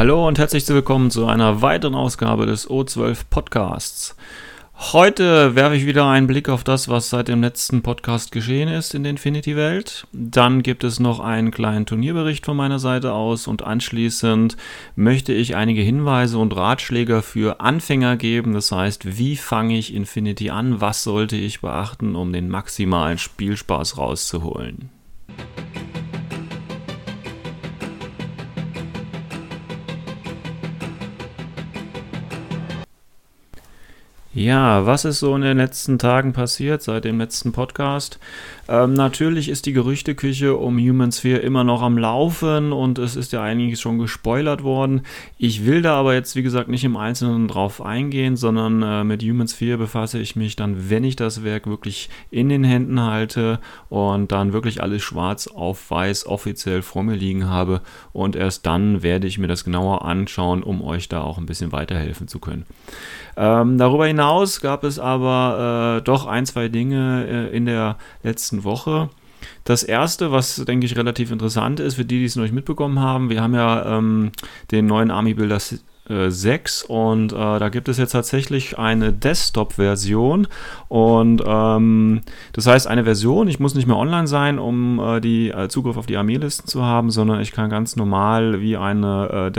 Hallo und herzlich willkommen zu einer weiteren Ausgabe des O12 Podcasts. Heute werfe ich wieder einen Blick auf das, was seit dem letzten Podcast geschehen ist in der Infinity-Welt. Dann gibt es noch einen kleinen Turnierbericht von meiner Seite aus und anschließend möchte ich einige Hinweise und Ratschläge für Anfänger geben. Das heißt, wie fange ich Infinity an? Was sollte ich beachten, um den maximalen Spielspaß rauszuholen? Ja, was ist so in den letzten Tagen passiert seit dem letzten Podcast? Natürlich ist die Gerüchteküche um Human Sphere immer noch am Laufen und es ist ja einiges schon gespoilert worden. Ich will da aber jetzt, wie gesagt, nicht im Einzelnen drauf eingehen, sondern mit Human Sphere befasse ich mich dann, wenn ich das Werk wirklich in den Händen halte und dann wirklich alles schwarz auf weiß offiziell vor mir liegen habe und erst dann werde ich mir das genauer anschauen, um euch da auch ein bisschen weiterhelfen zu können. Darüber hinaus gab es aber doch ein, zwei Dinge in der letzten Woche. Das erste, was denke ich relativ interessant ist, für die es noch nicht mitbekommen haben, wir haben ja den neuen Army Builder 6 und da gibt es jetzt tatsächlich eine Desktop-Version und das heißt eine Version, ich muss nicht mehr online sein, um die Zugriff auf die Armeelisten zu haben, sondern ich kann ganz normal wie eine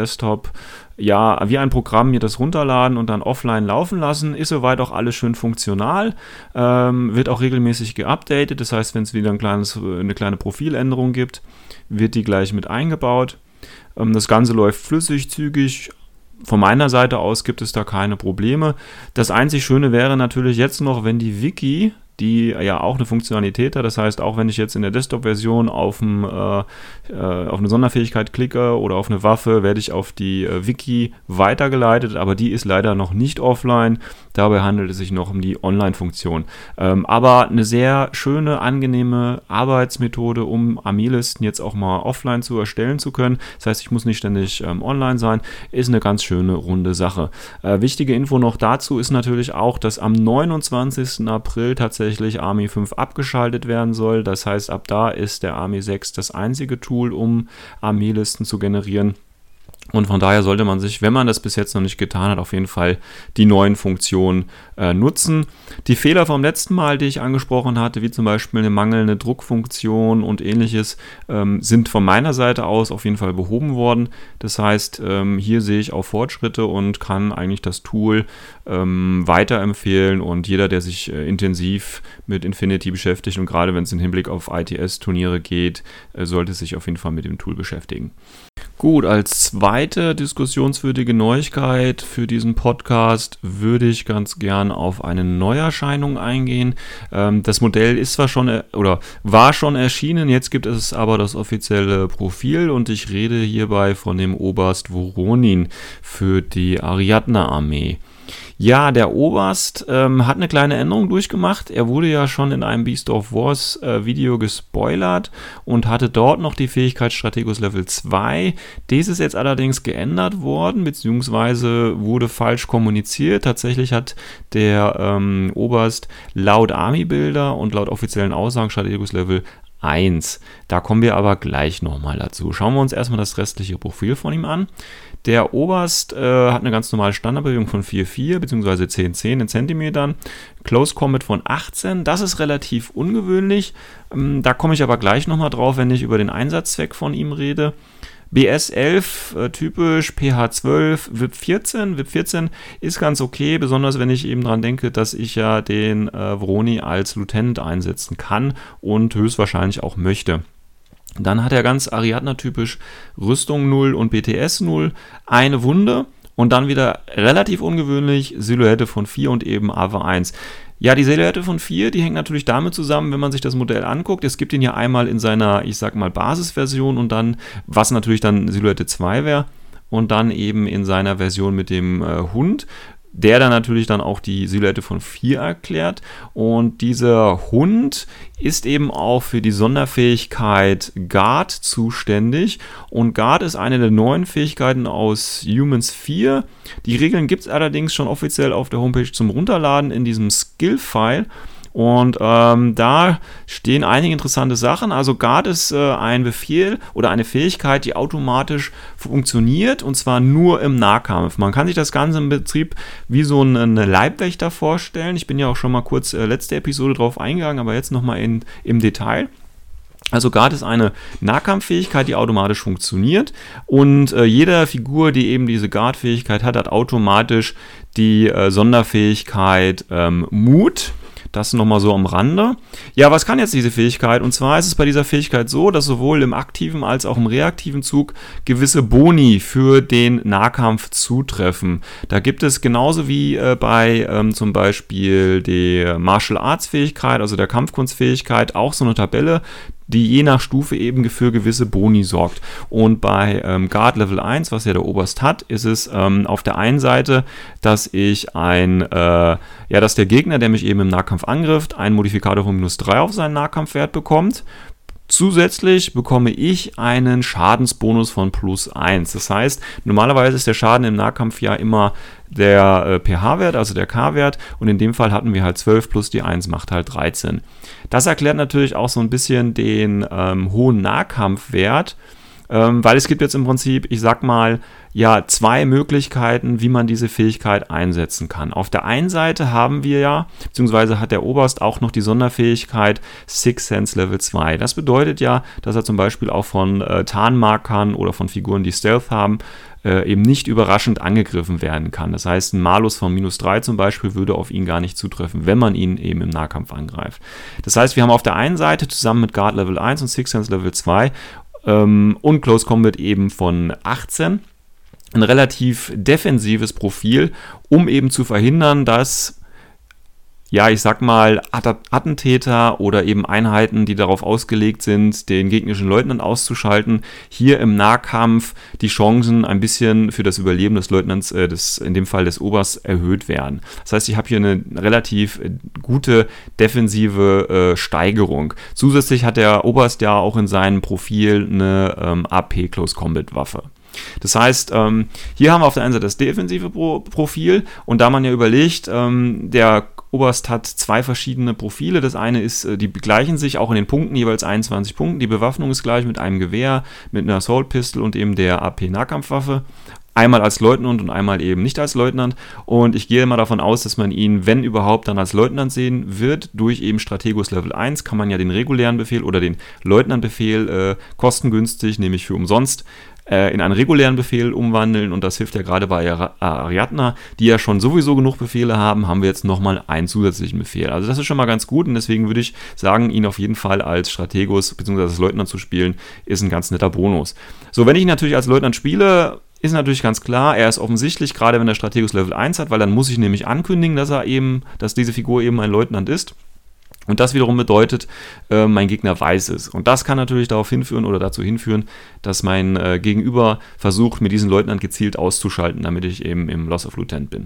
wie ein Programm mir das runterladen und dann offline laufen lassen. Ist soweit auch alles schön funktional, wird auch regelmäßig geupdatet, das heißt, wenn es wieder eine kleine Profiländerung gibt, wird die gleich mit eingebaut. Das Ganze läuft flüssig, zügig. Von meiner Seite aus gibt es da keine Probleme. Das einzig Schöne wäre natürlich jetzt noch, wenn die Wiki, die ja auch eine Funktionalität hat, das heißt, auch wenn ich jetzt in der Desktop-Version auf eine Sonderfähigkeit klicke oder auf eine Waffe, werde ich auf die Wiki weitergeleitet, aber die ist leider noch nicht offline. Dabei handelt es sich noch um die Online-Funktion. Aber eine sehr schöne, angenehme Arbeitsmethode, um Armeelisten jetzt auch mal offline zu erstellen zu können. Das heißt, ich muss nicht ständig online sein. Ist eine ganz schöne, runde Sache. Wichtige Info noch dazu ist natürlich auch, dass am 29. April tatsächlich Army 5 abgeschaltet werden soll. Das heißt, ab da ist der Army 6 das einzige Tool, um Armeelisten zu generieren. Und von daher sollte man sich, wenn man das bis jetzt noch nicht getan hat, auf jeden Fall die neuen Funktionen nutzen. Die Fehler vom letzten Mal, die ich angesprochen hatte, wie zum Beispiel eine mangelnde Druckfunktion und ähnliches, sind von meiner Seite aus auf jeden Fall behoben worden. Das heißt, hier sehe ich auch Fortschritte und kann eigentlich das Tool weiterempfehlen. Und jeder, der sich intensiv mit Infinity beschäftigt und gerade wenn es im Hinblick auf ITS-Turniere geht, sollte sich auf jeden Fall mit dem Tool beschäftigen. Gut, als zweite diskussionswürdige Neuigkeit für diesen Podcast würde ich ganz gern auf eine Neuerscheinung eingehen. Das Modell ist zwar schon war schon erschienen, jetzt gibt es aber das offizielle Profil und ich rede hierbei von dem Oberst Voronin für die Ariadna-Armee. Ja, der Oberst hat eine kleine Änderung durchgemacht. Er wurde ja schon in einem Beast of Wars Video gespoilert und hatte dort noch die Fähigkeit Strategos Level 2. Dies ist jetzt allerdings geändert worden, beziehungsweise wurde falsch kommuniziert. Tatsächlich hat der Oberst laut Army Builder und laut offiziellen Aussagen Strategos Level 1. Da kommen wir aber gleich nochmal dazu. Schauen wir uns erstmal das restliche Profil von ihm an. Der Oberst hat eine ganz normale Standardbewegung von 4,4 bzw. 10,10 in Zentimetern. Close Combat von 18. Das ist relativ ungewöhnlich. Da komme ich aber gleich nochmal drauf, wenn ich über den Einsatzzweck von ihm rede. BS 11, typisch, pH 12, VIP 14. VIP 14 ist ganz okay, besonders wenn ich eben dran denke, dass ich ja den Voroni als Lieutenant einsetzen kann und höchstwahrscheinlich auch möchte. Dann hat er ganz Ariadna-typisch Rüstung 0 und BTS 0, eine Wunde und dann wieder relativ ungewöhnlich Silhouette von 4 und eben AVA 1. Ja, die Silhouette von 4, die hängt natürlich damit zusammen, wenn man sich das Modell anguckt. Es gibt ihn ja einmal in seiner, ich sag mal, Basisversion und dann, was natürlich dann Silhouette 2 wäre und dann eben in seiner Version mit dem Hund, der dann natürlich dann auch die Silhouette von 4 erklärt. Und dieser Hund ist eben auch für die Sonderfähigkeit Guard zuständig. Und Guard ist eine der neuen Fähigkeiten aus Human Sphere. Die Regeln gibt es allerdings schon offiziell auf der Homepage zum Runterladen in diesem Skill-File. Und da stehen einige interessante Sachen. Also Guard ist ein Befehl oder eine Fähigkeit, die automatisch funktioniert, und zwar nur im Nahkampf. Man kann sich das Ganze im Betrieb wie so eine Leibwächter vorstellen. Ich bin ja auch schon mal kurz letzte Episode drauf eingegangen, aber jetzt nochmal im Detail. Also Guard ist eine Nahkampffähigkeit, die automatisch funktioniert, und jede Figur, die eben diese Guard-Fähigkeit hat automatisch die Sonderfähigkeit Mut. Das nochmal so am Rande. Ja, was kann jetzt diese Fähigkeit? Und zwar ist es bei dieser Fähigkeit so, dass sowohl im aktiven als auch im reaktiven Zug gewisse Boni für den Nahkampf zutreffen. Da gibt es genauso wie bei zum Beispiel der Martial Arts Fähigkeit, also der Kampfkunstfähigkeit, auch so eine Tabelle, die je nach Stufe eben für gewisse Boni sorgt. Und bei Guard Level 1, was ja der Oberst hat, ist es auf der einen Seite, dass dass der Gegner, der mich eben im Nahkampf angreift, einen Modifikator von -3 auf seinen Nahkampfwert bekommt. Zusätzlich bekomme ich einen Schadensbonus von +1. Das heißt, normalerweise ist der Schaden im Nahkampf ja immer der pH-Wert, also der K-Wert, und in dem Fall hatten wir halt 12 plus die 1 macht halt 13. Das erklärt natürlich auch so ein bisschen den hohen Nahkampfwert, weil es gibt jetzt im Prinzip, ich sag mal, ja, zwei Möglichkeiten, wie man diese Fähigkeit einsetzen kann. Auf der einen Seite haben wir ja, beziehungsweise hat der Oberst auch noch die Sonderfähigkeit Sixth Sense Level 2. Das bedeutet ja, dass er zum Beispiel auch von Tarnmarkern oder von Figuren, die Stealth haben, eben nicht überraschend angegriffen werden kann. Das heißt, ein Malus von -3 zum Beispiel würde auf ihn gar nicht zutreffen, wenn man ihn eben im Nahkampf angreift. Das heißt, wir haben auf der einen Seite zusammen mit Guard Level 1 und Sixth Sense Level 2 und Close Combat eben von 18 ein relativ defensives Profil, um eben zu verhindern, dass, ja, ich sag mal, Attentäter oder eben Einheiten, die darauf ausgelegt sind, den gegnerischen Leutnant auszuschalten, hier im Nahkampf die Chancen ein bisschen für das Überleben des Leutnants, in dem Fall des Obersts, erhöht werden. Das heißt, ich habe hier eine relativ gute defensive Steigerung. Zusätzlich hat der Oberst ja auch in seinem Profil eine AP Close Combat Waffe. Das heißt, hier haben wir auf der einen Seite das defensive Profil, und da man ja überlegt, der Oberst hat zwei verschiedene Profile. Das eine ist, die begleichen sich auch in den Punkten, jeweils 21 Punkten. Die Bewaffnung ist gleich mit einem Gewehr, mit einer Assault Pistol und eben der AP-Nahkampfwaffe. Einmal als Leutnant und einmal eben nicht als Leutnant. Und ich gehe mal davon aus, dass man ihn, wenn überhaupt, dann als Leutnant sehen wird. Durch eben Strategos Level 1 kann man ja den regulären Befehl oder den Leutnantbefehl kostengünstig, nämlich für umsonst, in einen regulären Befehl umwandeln, und das hilft ja gerade bei Ariadna, die ja schon sowieso genug Befehle haben wir jetzt nochmal einen zusätzlichen Befehl. Also das ist schon mal ganz gut, und deswegen würde ich sagen, ihn auf jeden Fall als Strategos bzw. als Leutnant zu spielen, ist ein ganz netter Bonus. So, wenn ich ihn natürlich als Leutnant spiele, ist natürlich ganz klar, er ist offensichtlich, gerade wenn er Strategos Level 1 hat, weil dann muss ich nämlich ankündigen, dass diese Figur eben ein Leutnant ist. Und das wiederum bedeutet, mein Gegner weiß es. Und das kann natürlich dazu hinführen, dass mein Gegenüber versucht, mir diesen Leutnant gezielt auszuschalten, damit ich eben im Loss of Lieutenant bin.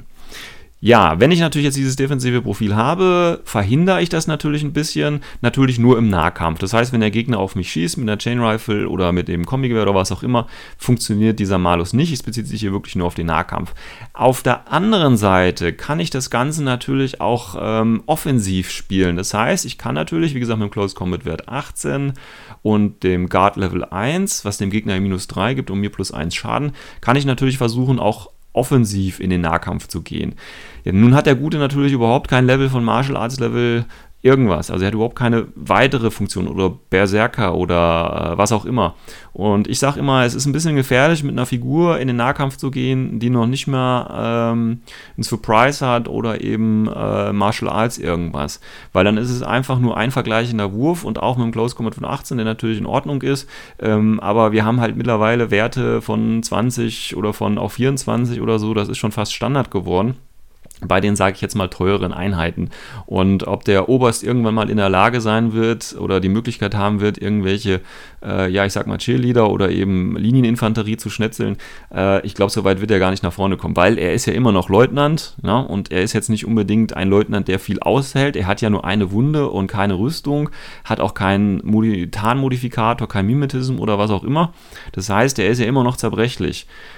Ja, wenn ich natürlich jetzt dieses defensive Profil habe, verhindere ich das natürlich ein bisschen, natürlich nur im Nahkampf. Das heißt, wenn der Gegner auf mich schießt mit einer Chain Rifle oder mit dem Kombigewehr oder was auch immer, funktioniert dieser Malus nicht. Es bezieht sich hier wirklich nur auf den Nahkampf. Auf der anderen Seite kann ich das Ganze natürlich auch offensiv spielen. Das heißt, ich kann natürlich, wie gesagt, mit dem Close Combat Wert 18 und dem Guard Level 1, was dem Gegner -3 gibt und mir +1 Schaden, kann ich natürlich versuchen, auch offensiv in den Nahkampf zu gehen. Ja, nun hat der Gute natürlich überhaupt kein Level von Martial Arts Level irgendwas. Also er hat überhaupt keine weitere Funktion oder Berserker oder was auch immer. Und ich sage immer, es ist ein bisschen gefährlich, mit einer Figur in den Nahkampf zu gehen, die noch nicht mehr einen Surprise hat oder eben Martial Arts irgendwas. Weil dann ist es einfach nur ein vergleichender Wurf, und auch mit dem Close Combat von 18, der natürlich in Ordnung ist. Aber wir haben halt mittlerweile Werte von 20 oder von auch 24 oder so. Das ist schon fast Standard geworden bei den, sage ich jetzt mal, teureren Einheiten. Und ob der Oberst irgendwann mal in der Lage sein wird oder die Möglichkeit haben wird, irgendwelche, ich sag mal, Cheerleader oder eben Linieninfanterie zu schnetzeln, ich glaube, so weit wird er gar nicht nach vorne kommen, weil er ist ja immer noch Leutnant, ja, und er ist jetzt nicht unbedingt ein Leutnant, der viel aushält. Er hat ja nur eine Wunde und keine Rüstung, hat auch keinen Tarnmodifikator, kein Mimetism oder was auch immer. Das heißt, er ist ja immer noch zerbrechlich.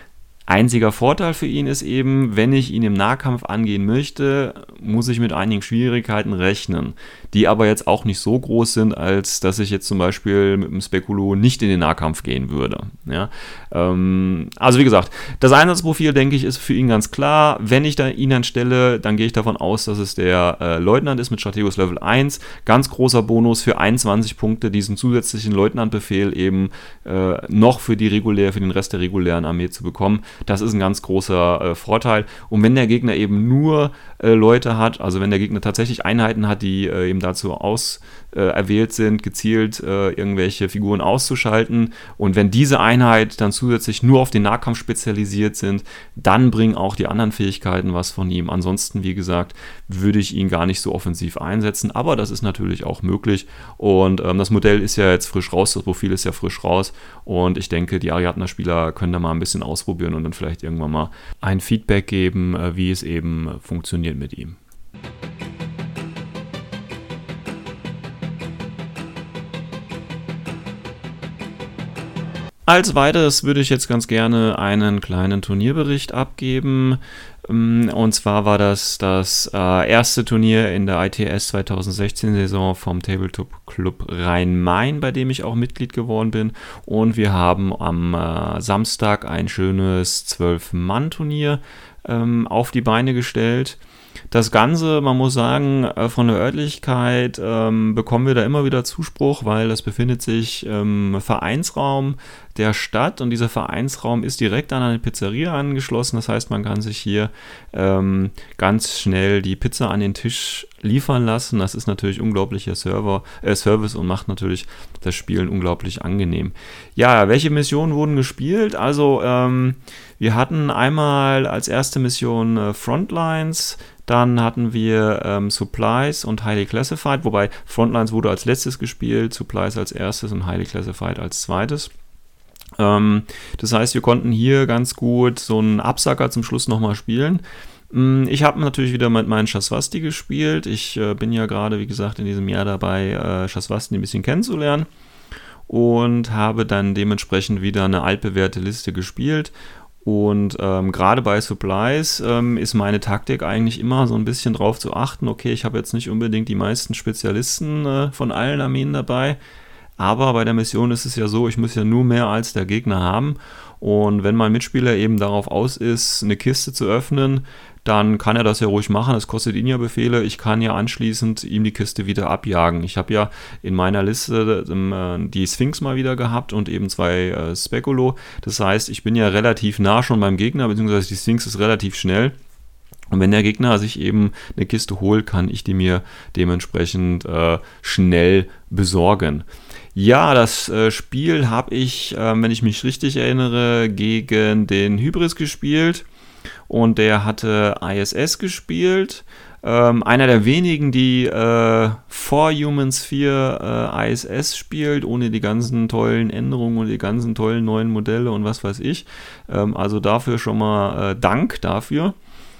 Einziger Vorteil für ihn ist eben, wenn ich ihn im Nahkampf angehen möchte, muss ich mit einigen Schwierigkeiten rechnen, die aber jetzt auch nicht so groß sind, als dass ich jetzt zum Beispiel mit dem Spekulo nicht in den Nahkampf gehen würde. Ja? Also wie gesagt, das Einsatzprofil, denke ich, ist für ihn ganz klar. Wenn ich ihn dann stelle, dann gehe ich davon aus, dass es der Leutnant ist mit Strategos Level 1. Ganz großer Bonus für 21 Punkte, diesen zusätzlichen Leutnantbefehl eben noch für den Rest der regulären Armee zu bekommen. Das ist ein ganz großer Vorteil. Und wenn der Gegner eben nur Leute hat, also wenn der Gegner tatsächlich Einheiten hat, die eben dazu erwählt sind, gezielt irgendwelche Figuren auszuschalten, und wenn diese Einheit dann zusätzlich nur auf den Nahkampf spezialisiert sind, dann bringen auch die anderen Fähigkeiten was von ihm. Ansonsten, wie gesagt, würde ich ihn gar nicht so offensiv einsetzen, aber das ist natürlich auch möglich, und das Modell ist ja jetzt frisch raus, das Profil ist ja frisch raus, und ich denke, die Ariadna-Spieler können da mal ein bisschen ausprobieren und dann vielleicht irgendwann mal ein Feedback geben, wie es eben funktioniert mit ihm. Als weiteres würde ich jetzt ganz gerne einen kleinen Turnierbericht abgeben. Und zwar war das erste Turnier in der ITS 2016-Saison vom Tabletop Club Rhein-Main, bei dem ich auch Mitglied geworden bin. Und wir haben am Samstag ein schönes 12-Mann-Turnier auf die Beine gestellt. Das Ganze, man muss sagen, von der Örtlichkeit bekommen wir da immer wieder Zuspruch, weil das befindet sich im Vereinsraum der Stadt, und dieser Vereinsraum ist direkt an eine Pizzeria angeschlossen. Das heißt, man kann sich hier ganz schnell die Pizza an den Tisch liefern lassen. Das ist natürlich unglaublicher Service und macht natürlich das Spielen unglaublich angenehm. Ja, welche Missionen wurden gespielt? Also wir hatten einmal als erste Mission Frontlines. Dann hatten wir Supplies und Highly Classified, wobei Frontlines wurde als letztes gespielt, Supplies als erstes und Highly Classified als zweites. Das heißt, wir konnten hier ganz gut so einen Absacker zum Schluss nochmal spielen. Ich habe natürlich wieder mit meinen Shaswasti gespielt. Ich bin ja gerade, wie gesagt, in diesem Jahr dabei, Shaswasti ein bisschen kennenzulernen, und habe dann dementsprechend wieder eine altbewährte Liste gespielt. Und gerade bei Supplies ist meine Taktik eigentlich immer so ein bisschen drauf zu achten, okay, ich habe jetzt nicht unbedingt die meisten Spezialisten von allen Armeen dabei, aber bei der Mission ist es ja so, ich muss ja nur mehr als der Gegner haben, und wenn mein Mitspieler eben darauf aus ist, eine Kiste zu öffnen, dann kann er das ja ruhig machen, das kostet ihn ja Befehle, ich kann ja anschließend ihm die Kiste wieder abjagen. Ich habe ja in meiner Liste die Sphinx mal wieder gehabt und eben 2 Spekulo, das heißt, ich bin ja relativ nah schon beim Gegner, beziehungsweise die Sphinx ist relativ schnell. Und wenn der Gegner sich eben eine Kiste holt, kann ich die mir dementsprechend schnell besorgen. Ja, das Spiel habe ich, wenn ich mich richtig erinnere, gegen den Hybris gespielt, und der hatte ISS gespielt. Einer der wenigen, die vor Humans 4 ISS spielt, ohne die ganzen tollen Änderungen und die ganzen tollen neuen Modelle und was weiß ich. Also dafür schon mal Dank dafür.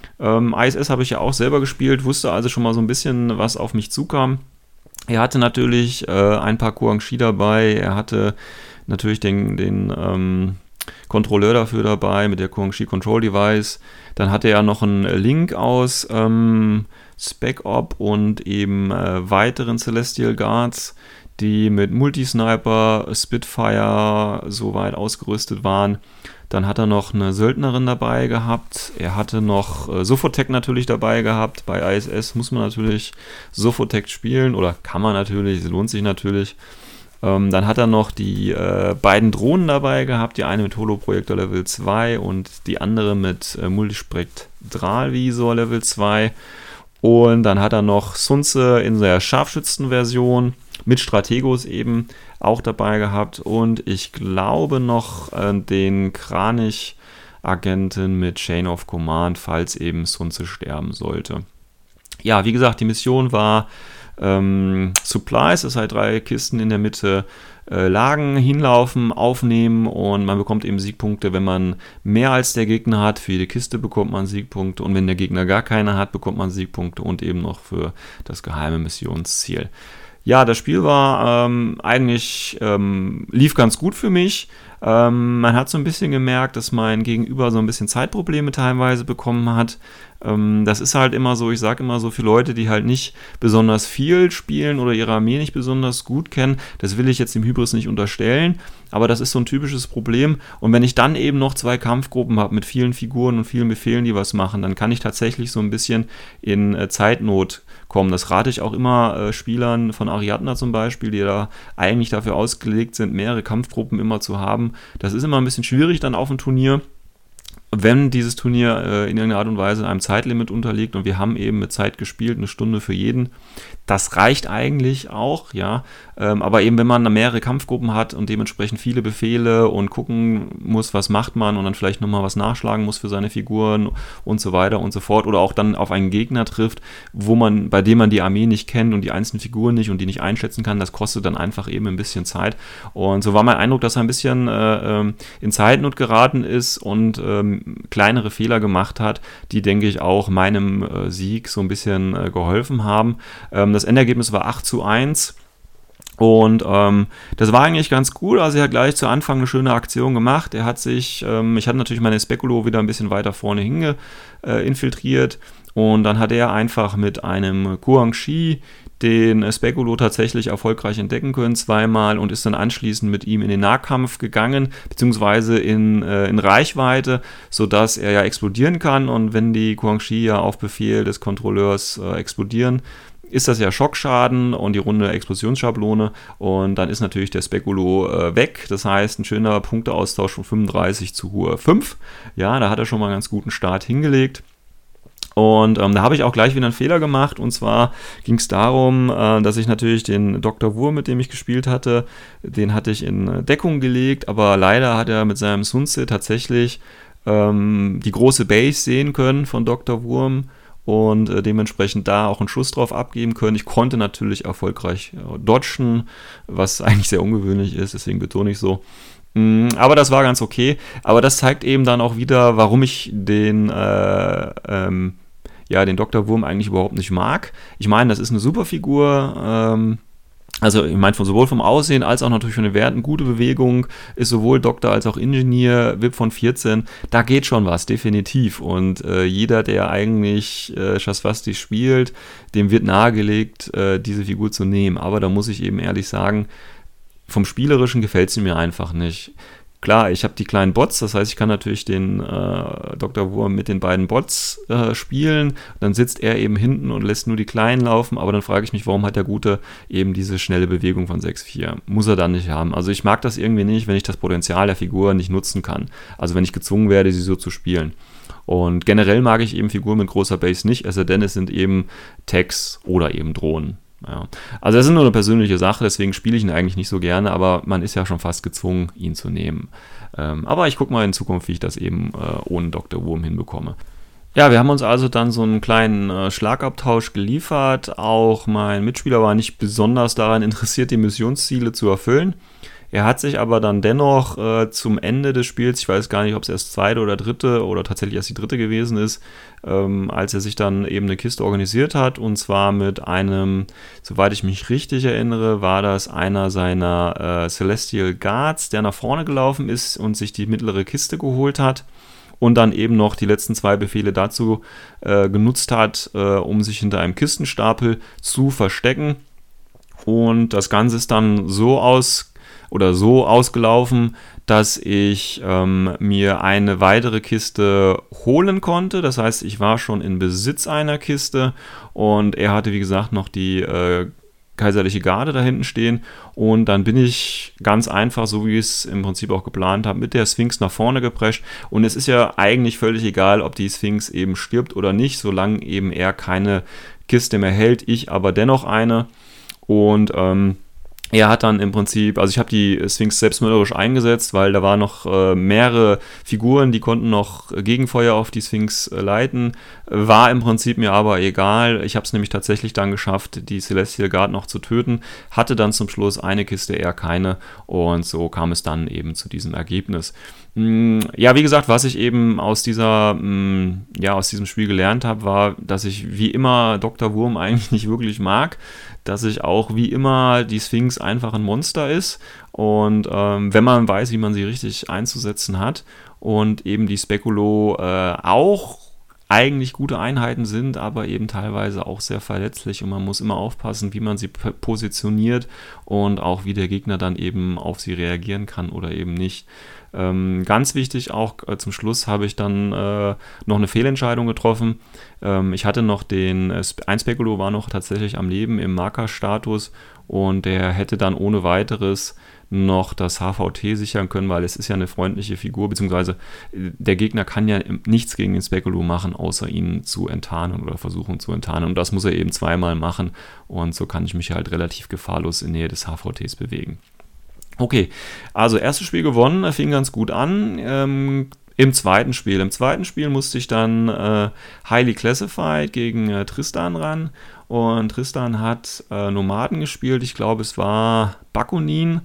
ISS habe ich ja auch selber gespielt, wusste also schon mal so ein bisschen, was auf mich zukam. Er hatte natürlich ein paar Guangxi dabei, er hatte natürlich den Kontrolleur dafür dabei mit der Guangxi Control Device. Dann hatte er noch einen Link aus Spec Op und eben weiteren Celestial Guards, die mit Multisniper, Spitfire soweit ausgerüstet waren. Dann hat er noch eine Söldnerin dabei gehabt. Er hatte noch Sofotec natürlich dabei gehabt. Bei ISS muss man natürlich Sofotec spielen, oder kann man natürlich, es lohnt sich natürlich. Dann hat er noch die beiden Drohnen dabei gehabt, die eine mit Holoprojektor Level 2 und die andere mit Multispektralvisor Level 2. Und dann hat er noch Sunze in der Scharfschützenversion mit Strategos eben auch dabei gehabt, und ich glaube noch den Kranich-Agenten mit Chain of Command, falls eben Sunze sterben sollte. Ja, wie gesagt, die Mission war Supplies, das heißt 3 Kisten in der Mitte, Lagen hinlaufen, aufnehmen, und man bekommt eben Siegpunkte, wenn man mehr als der Gegner hat. Für jede Kiste bekommt man Siegpunkte, und wenn der Gegner gar keine hat, bekommt man Siegpunkte, und eben noch für das geheime Missionsziel. Ja, das Spiel war lief ganz gut für mich, Man hat so ein bisschen gemerkt, dass mein Gegenüber so ein bisschen Zeitprobleme teilweise bekommen hat. Das ist halt immer so, ich sage immer so, für Leute, die halt nicht besonders viel spielen oder ihre Armee nicht besonders gut kennen, das will ich jetzt dem Hybris nicht unterstellen, aber das ist so ein typisches Problem. Und wenn ich dann eben noch 2 Kampfgruppen habe mit vielen Figuren und vielen Befehlen, die was machen, dann kann ich tatsächlich so ein bisschen in Zeitnot kommen. Das rate ich auch immer Spielern von Ariadna zum Beispiel, die da eigentlich dafür ausgelegt sind, mehrere Kampfgruppen immer zu haben. Das ist immer ein bisschen schwierig dann auf dem Turnier, wenn dieses Turnier in irgendeiner Art und Weise einem Zeitlimit unterliegt und wir haben eben mit Zeit gespielt, 1 Stunde für jeden. Das reicht eigentlich auch, ja. Aber eben, wenn man mehrere Kampfgruppen hat und dementsprechend viele Befehle und gucken muss, was macht man und dann vielleicht nochmal was nachschlagen muss für seine Figuren und so weiter und so fort oder auch dann auf einen Gegner trifft, bei dem man die Armee nicht kennt und die einzelnen Figuren nicht und die nicht einschätzen kann, das kostet dann einfach eben ein bisschen Zeit. Und so war mein Eindruck, dass er ein bisschen in Zeitnot geraten ist und kleinere Fehler gemacht hat, die, denke ich, auch meinem Sieg so ein bisschen geholfen haben. Das Endergebnis war 8:1 und das war eigentlich ganz gut. Also er hat gleich zu Anfang eine schöne Aktion gemacht. Ich hatte natürlich meine Spekulo wieder ein bisschen weiter vorne hinge infiltriert und dann hat er einfach mit einem Guangxi den Spekulo tatsächlich erfolgreich entdecken können, 2-mal und ist dann anschließend mit ihm in den Nahkampf gegangen, beziehungsweise in Reichweite, sodass er ja explodieren kann und wenn die Guangxi ja auf Befehl des Kontrolleurs explodieren, ist das ja Schockschaden und die runde Explosionsschablone und dann ist natürlich der Spekulo weg, das heißt ein schöner Punkteaustausch von 35 zu 5, ja, da hat er schon mal einen ganz guten Start hingelegt. Und da habe ich auch gleich wieder einen Fehler gemacht und zwar ging es darum, dass ich natürlich den Dr. Wurm, mit dem ich gespielt hatte, den hatte ich in Deckung gelegt, aber leider hat er mit seinem Sun-Ce tatsächlich die große Base sehen können von Dr. Wurm und dementsprechend da auch einen Schuss drauf abgeben können. Ich konnte natürlich erfolgreich dodgen, was eigentlich sehr ungewöhnlich ist, deswegen betone ich so. Aber das war ganz okay. Aber das zeigt eben dann auch wieder, warum ich den Dr. Wurm eigentlich überhaupt nicht mag. Ich meine, das ist eine super Figur. Also ich meine sowohl vom Aussehen als auch natürlich von den Werten, gute Bewegung, ist sowohl Doktor als auch Ingenieur, VIP von 14, da geht schon was, definitiv. Und jeder, der eigentlich Shaswasti spielt, dem wird nahegelegt, diese Figur zu nehmen. Aber da muss ich eben ehrlich sagen, vom Spielerischen gefällt sie mir einfach nicht. Klar, ich habe die kleinen Bots, das heißt, ich kann natürlich den Dr. Wurm mit den beiden Bots spielen. Dann sitzt er eben hinten und lässt nur die Kleinen laufen, aber dann frage ich mich, warum hat der Gute eben diese schnelle Bewegung von 6,4? Muss er dann nicht haben. Also ich mag das irgendwie nicht, wenn ich das Potenzial der Figur nicht nutzen kann. Also wenn ich gezwungen werde, sie so zu spielen. Und generell mag ich eben Figuren mit großer Base nicht, es sei denn, es sind eben Techs oder eben Drohnen. Ja. Also das ist nur eine persönliche Sache, deswegen spiele ich ihn eigentlich nicht so gerne, aber man ist ja schon fast gezwungen, ihn zu nehmen. Aber ich gucke mal in Zukunft, wie ich das eben ohne Dr. Wurm hinbekomme. Ja, wir haben uns also dann so einen kleinen Schlagabtausch geliefert. Auch mein Mitspieler war nicht besonders daran interessiert, die Missionsziele zu erfüllen. Er hat sich aber dann dennoch zum Ende des Spiels, ich weiß gar nicht, ob es erst 2. oder 3. oder tatsächlich erst die 3. gewesen ist, als er sich dann eben eine Kiste organisiert hat und zwar mit einem, soweit ich mich richtig erinnere, war das einer seiner Celestial Guards, der nach vorne gelaufen ist und sich die mittlere Kiste geholt hat und dann eben noch die letzten 2 Befehle dazu genutzt hat, um sich hinter einem Kistenstapel zu verstecken. Und das Ganze ist dann so ausgelaufen, dass ich mir eine weitere Kiste holen konnte. Das heißt, ich war schon in Besitz einer Kiste und er hatte, wie gesagt, noch die kaiserliche Garde da hinten stehen und dann bin ich ganz einfach, so wie ich es im Prinzip auch geplant habe, mit der Sphinx nach vorne geprescht und es ist ja eigentlich völlig egal, ob die Sphinx eben stirbt oder nicht, solange eben er keine Kiste mehr hält, ich aber dennoch eine und er hat dann im Prinzip, also ich habe die Sphinx selbstmörderisch eingesetzt, weil da waren noch mehrere Figuren, die konnten noch Gegenfeuer auf die Sphinx leiten. War im Prinzip mir aber egal. Ich habe es nämlich tatsächlich dann geschafft, die Celestial Guard noch zu töten. Hatte dann zum Schluss eine Kiste, eher keine. Und so kam es dann eben zu diesem Ergebnis. Ja, wie gesagt, was ich eben aus diesem Spiel gelernt habe, war, dass ich wie immer Dr. Wurm eigentlich nicht wirklich mag. dass ich auch wie immer die Sphinx einfach ein Monster ist und wenn man weiß, wie man sie richtig einzusetzen hat und eben die Speculo auch eigentlich gute Einheiten sind, aber eben teilweise auch sehr verletzlich und man muss immer aufpassen, wie man sie positioniert und auch wie der Gegner dann eben auf sie reagieren kann oder eben nicht. Ganz wichtig auch, zum Schluss habe ich dann noch eine Fehlentscheidung getroffen. Ich hatte noch ein Speculo war noch tatsächlich am Leben im Markerstatus und der hätte dann ohne weiteres noch das HVT sichern können, weil es ist ja eine freundliche Figur, beziehungsweise der Gegner kann ja nichts gegen den Speculo machen, außer ihn zu enttarnen oder versuchen zu enttarnen. Und das muss er eben zweimal machen und so kann ich mich halt relativ gefahrlos in Nähe des HVTs bewegen. Okay, also erstes Spiel gewonnen, fing ganz gut an. Im zweiten Spiel musste ich dann Highly Classified gegen Tristan ran und Tristan hat Nomaden gespielt, ich glaube es war Bakunin.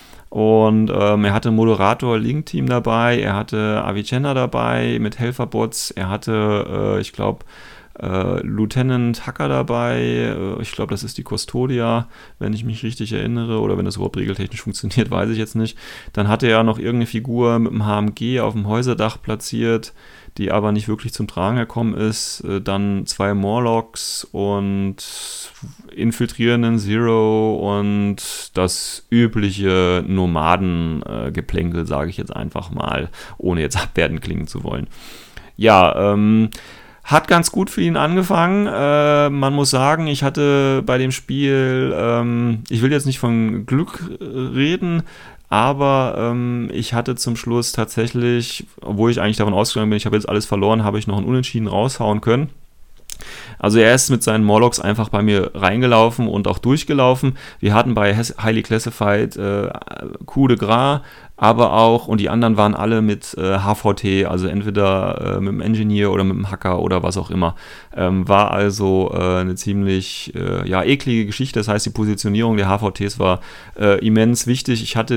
Und er hatte Moderator Link-Team dabei, er hatte Avicenna dabei mit Helferbots, er hatte, ich glaube, Lieutenant Hacker dabei, ich glaube, das ist die Custodia, wenn ich mich richtig erinnere, oder wenn das überhaupt regeltechnisch funktioniert, weiß ich jetzt nicht. Dann hatte er noch irgendeine Figur mit dem HMG auf dem Häuserdach platziert, die aber nicht wirklich zum Tragen gekommen ist. Dann 2 Morlocks und infiltrierenden Zero und das übliche Nomadengeplänkel, sage ich jetzt einfach mal, ohne jetzt abwertend klingen zu wollen. Ja, hat ganz gut für ihn angefangen. Man muss sagen, ich hatte bei dem Spiel, ich will jetzt nicht von Glück reden, aber ich hatte zum Schluss tatsächlich, obwohl ich eigentlich davon ausgegangen bin, ich habe jetzt alles verloren, habe ich noch einen Unentschieden raushauen können. Also er ist mit seinen Morlocks einfach bei mir reingelaufen und auch durchgelaufen. Wir hatten bei Highly Classified Coup de Gras, aber auch, und die anderen waren alle mit HVT, also entweder mit dem Engineer oder mit dem Hacker oder was auch immer. War also eine ziemlich eklige Geschichte. Das heißt, die Positionierung der HVTs war immens wichtig. Ich hatte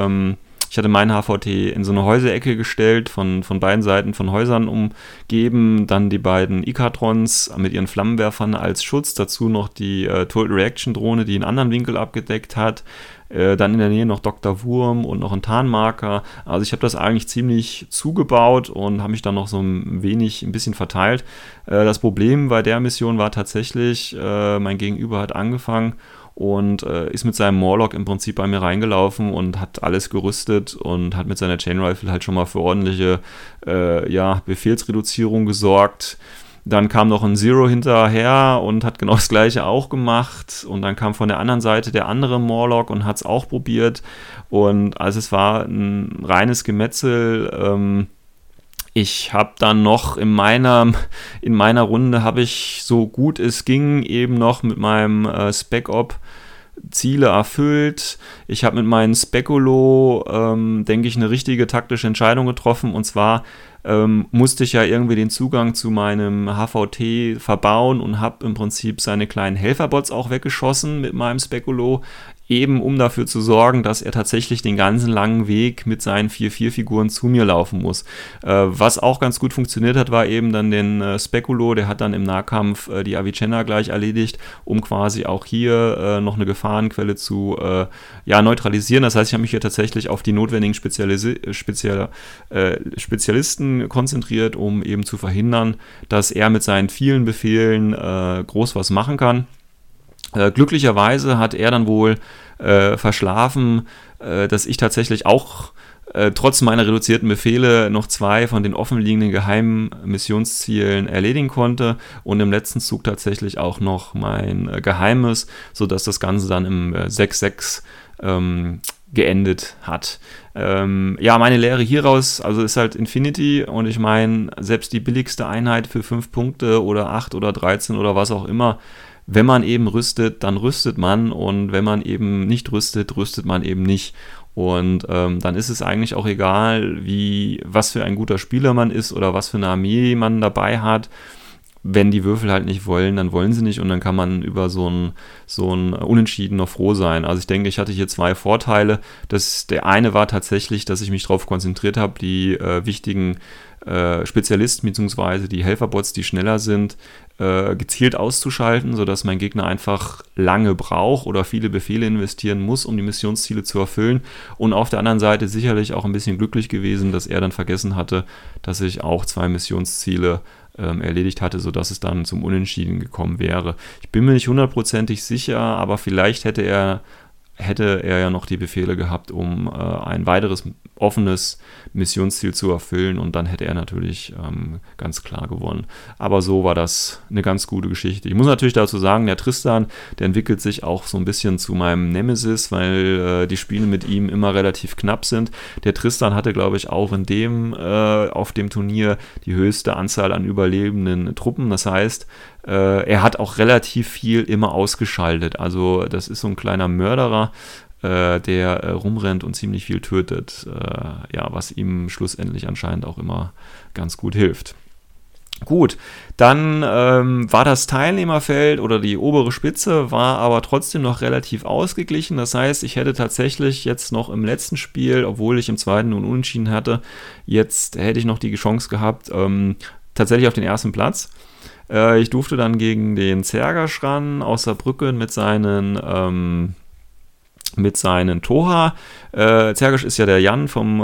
mein HVT in so eine Häuserecke gestellt, von beiden Seiten von Häusern umgeben, dann die beiden Ikatrons mit ihren Flammenwerfern als Schutz, dazu noch die Total Reaction Drohne, die einen anderen Winkel abgedeckt hat, dann in der Nähe noch Dr. Wurm und noch ein Tarnmarker. Also ich habe das eigentlich ziemlich zugebaut und habe mich dann noch so ein bisschen verteilt. Das Problem bei der Mission war tatsächlich, mein Gegenüber hat angefangen und ist mit seinem Morlock im Prinzip bei mir reingelaufen und hat alles gerüstet und hat mit seiner Chain Rifle halt schon mal für ordentliche Befehlsreduzierung gesorgt. Dann kam noch ein Zero hinterher und hat genau das gleiche auch gemacht und dann kam von der anderen Seite der andere Morlock und hat es auch probiert und also es war ein reines Gemetzel. Ich habe dann noch in meiner Runde habe ich so gut es ging eben noch mit meinem Spec-Op Ziele erfüllt. Ich habe mit meinem Speculo, denke ich, eine richtige taktische Entscheidung getroffen und zwar musste ich ja irgendwie den Zugang zu meinem HVT verbauen und habe im Prinzip seine kleinen Helferbots auch weggeschossen mit meinem Speculo, eben um dafür zu sorgen, dass er tatsächlich den ganzen langen Weg mit seinen 4-4-Figuren zu mir laufen muss. Was auch ganz gut funktioniert hat, war eben dann den Speculo, der hat dann im Nahkampf die Avicenna gleich erledigt, um quasi auch hier noch eine Gefahrenquelle zu neutralisieren. Das heißt, ich habe mich hier tatsächlich auf die notwendigen Spezialisten konzentriert, um eben zu verhindern, dass er mit seinen vielen Befehlen groß was machen kann. Glücklicherweise hat er dann wohl verschlafen, dass ich tatsächlich auch trotz meiner reduzierten Befehle noch 2 von den offenliegenden geheimen Missionszielen erledigen konnte und im letzten Zug tatsächlich auch noch mein geheimes, sodass das Ganze dann im 6-6 geendet hat. Meine Lehre hieraus, also ist halt Infinity und ich meine, selbst die billigste Einheit für 5 Punkte oder 8 oder 13 oder was auch immer, wenn man eben rüstet, dann rüstet man und wenn man eben nicht rüstet, rüstet man eben nicht. Und dann ist es eigentlich auch egal, was für ein guter Spieler man ist oder was für eine Armee man dabei hat. wenn die Würfel halt nicht wollen, dann wollen sie nicht und dann kann man über so ein Unentschieden noch froh sein. Also ich denke, ich hatte hier 2 Vorteile. Der eine war tatsächlich, dass ich mich darauf konzentriert habe, die wichtigen Spezialisten bzw. die Helferbots, die schneller sind, gezielt auszuschalten, sodass mein Gegner einfach lange braucht oder viele Befehle investieren muss, um die Missionsziele zu erfüllen. Und auf der anderen Seite sicherlich auch ein bisschen glücklich gewesen, dass er dann vergessen hatte, dass ich auch 2 Missionsziele erledigt hatte, sodass es dann zum Unentschieden gekommen wäre. Ich bin mir nicht hundertprozentig sicher, aber vielleicht hätte er ja noch die Befehle gehabt, um ein weiteres offenes Missionsziel zu erfüllen und dann hätte er natürlich ganz klar gewonnen. Aber so war das eine ganz gute Geschichte. Ich muss natürlich dazu sagen, der Tristan, der entwickelt sich auch so ein bisschen zu meinem Nemesis, weil die Spiele mit ihm immer relativ knapp sind. Der Tristan hatte, glaube ich, auch auf dem Turnier die höchste Anzahl an überlebenden Truppen. Das heißt, er hat auch relativ viel immer ausgeschaltet. Also das ist so ein kleiner Mörderer, der rumrennt und ziemlich viel tötet. Was ihm schlussendlich anscheinend auch immer ganz gut hilft. Gut, dann war das Teilnehmerfeld oder die obere Spitze war aber trotzdem noch relativ ausgeglichen. Das heißt, ich hätte tatsächlich jetzt noch im letzten Spiel, obwohl ich im zweiten nun unentschieden hatte, jetzt hätte ich noch die Chance gehabt, tatsächlich auf den ersten Platz. Ich durfte dann gegen den Zergasch ran aus Saarbrücken mit seinen Toha. Zergasch ist ja der Jan vom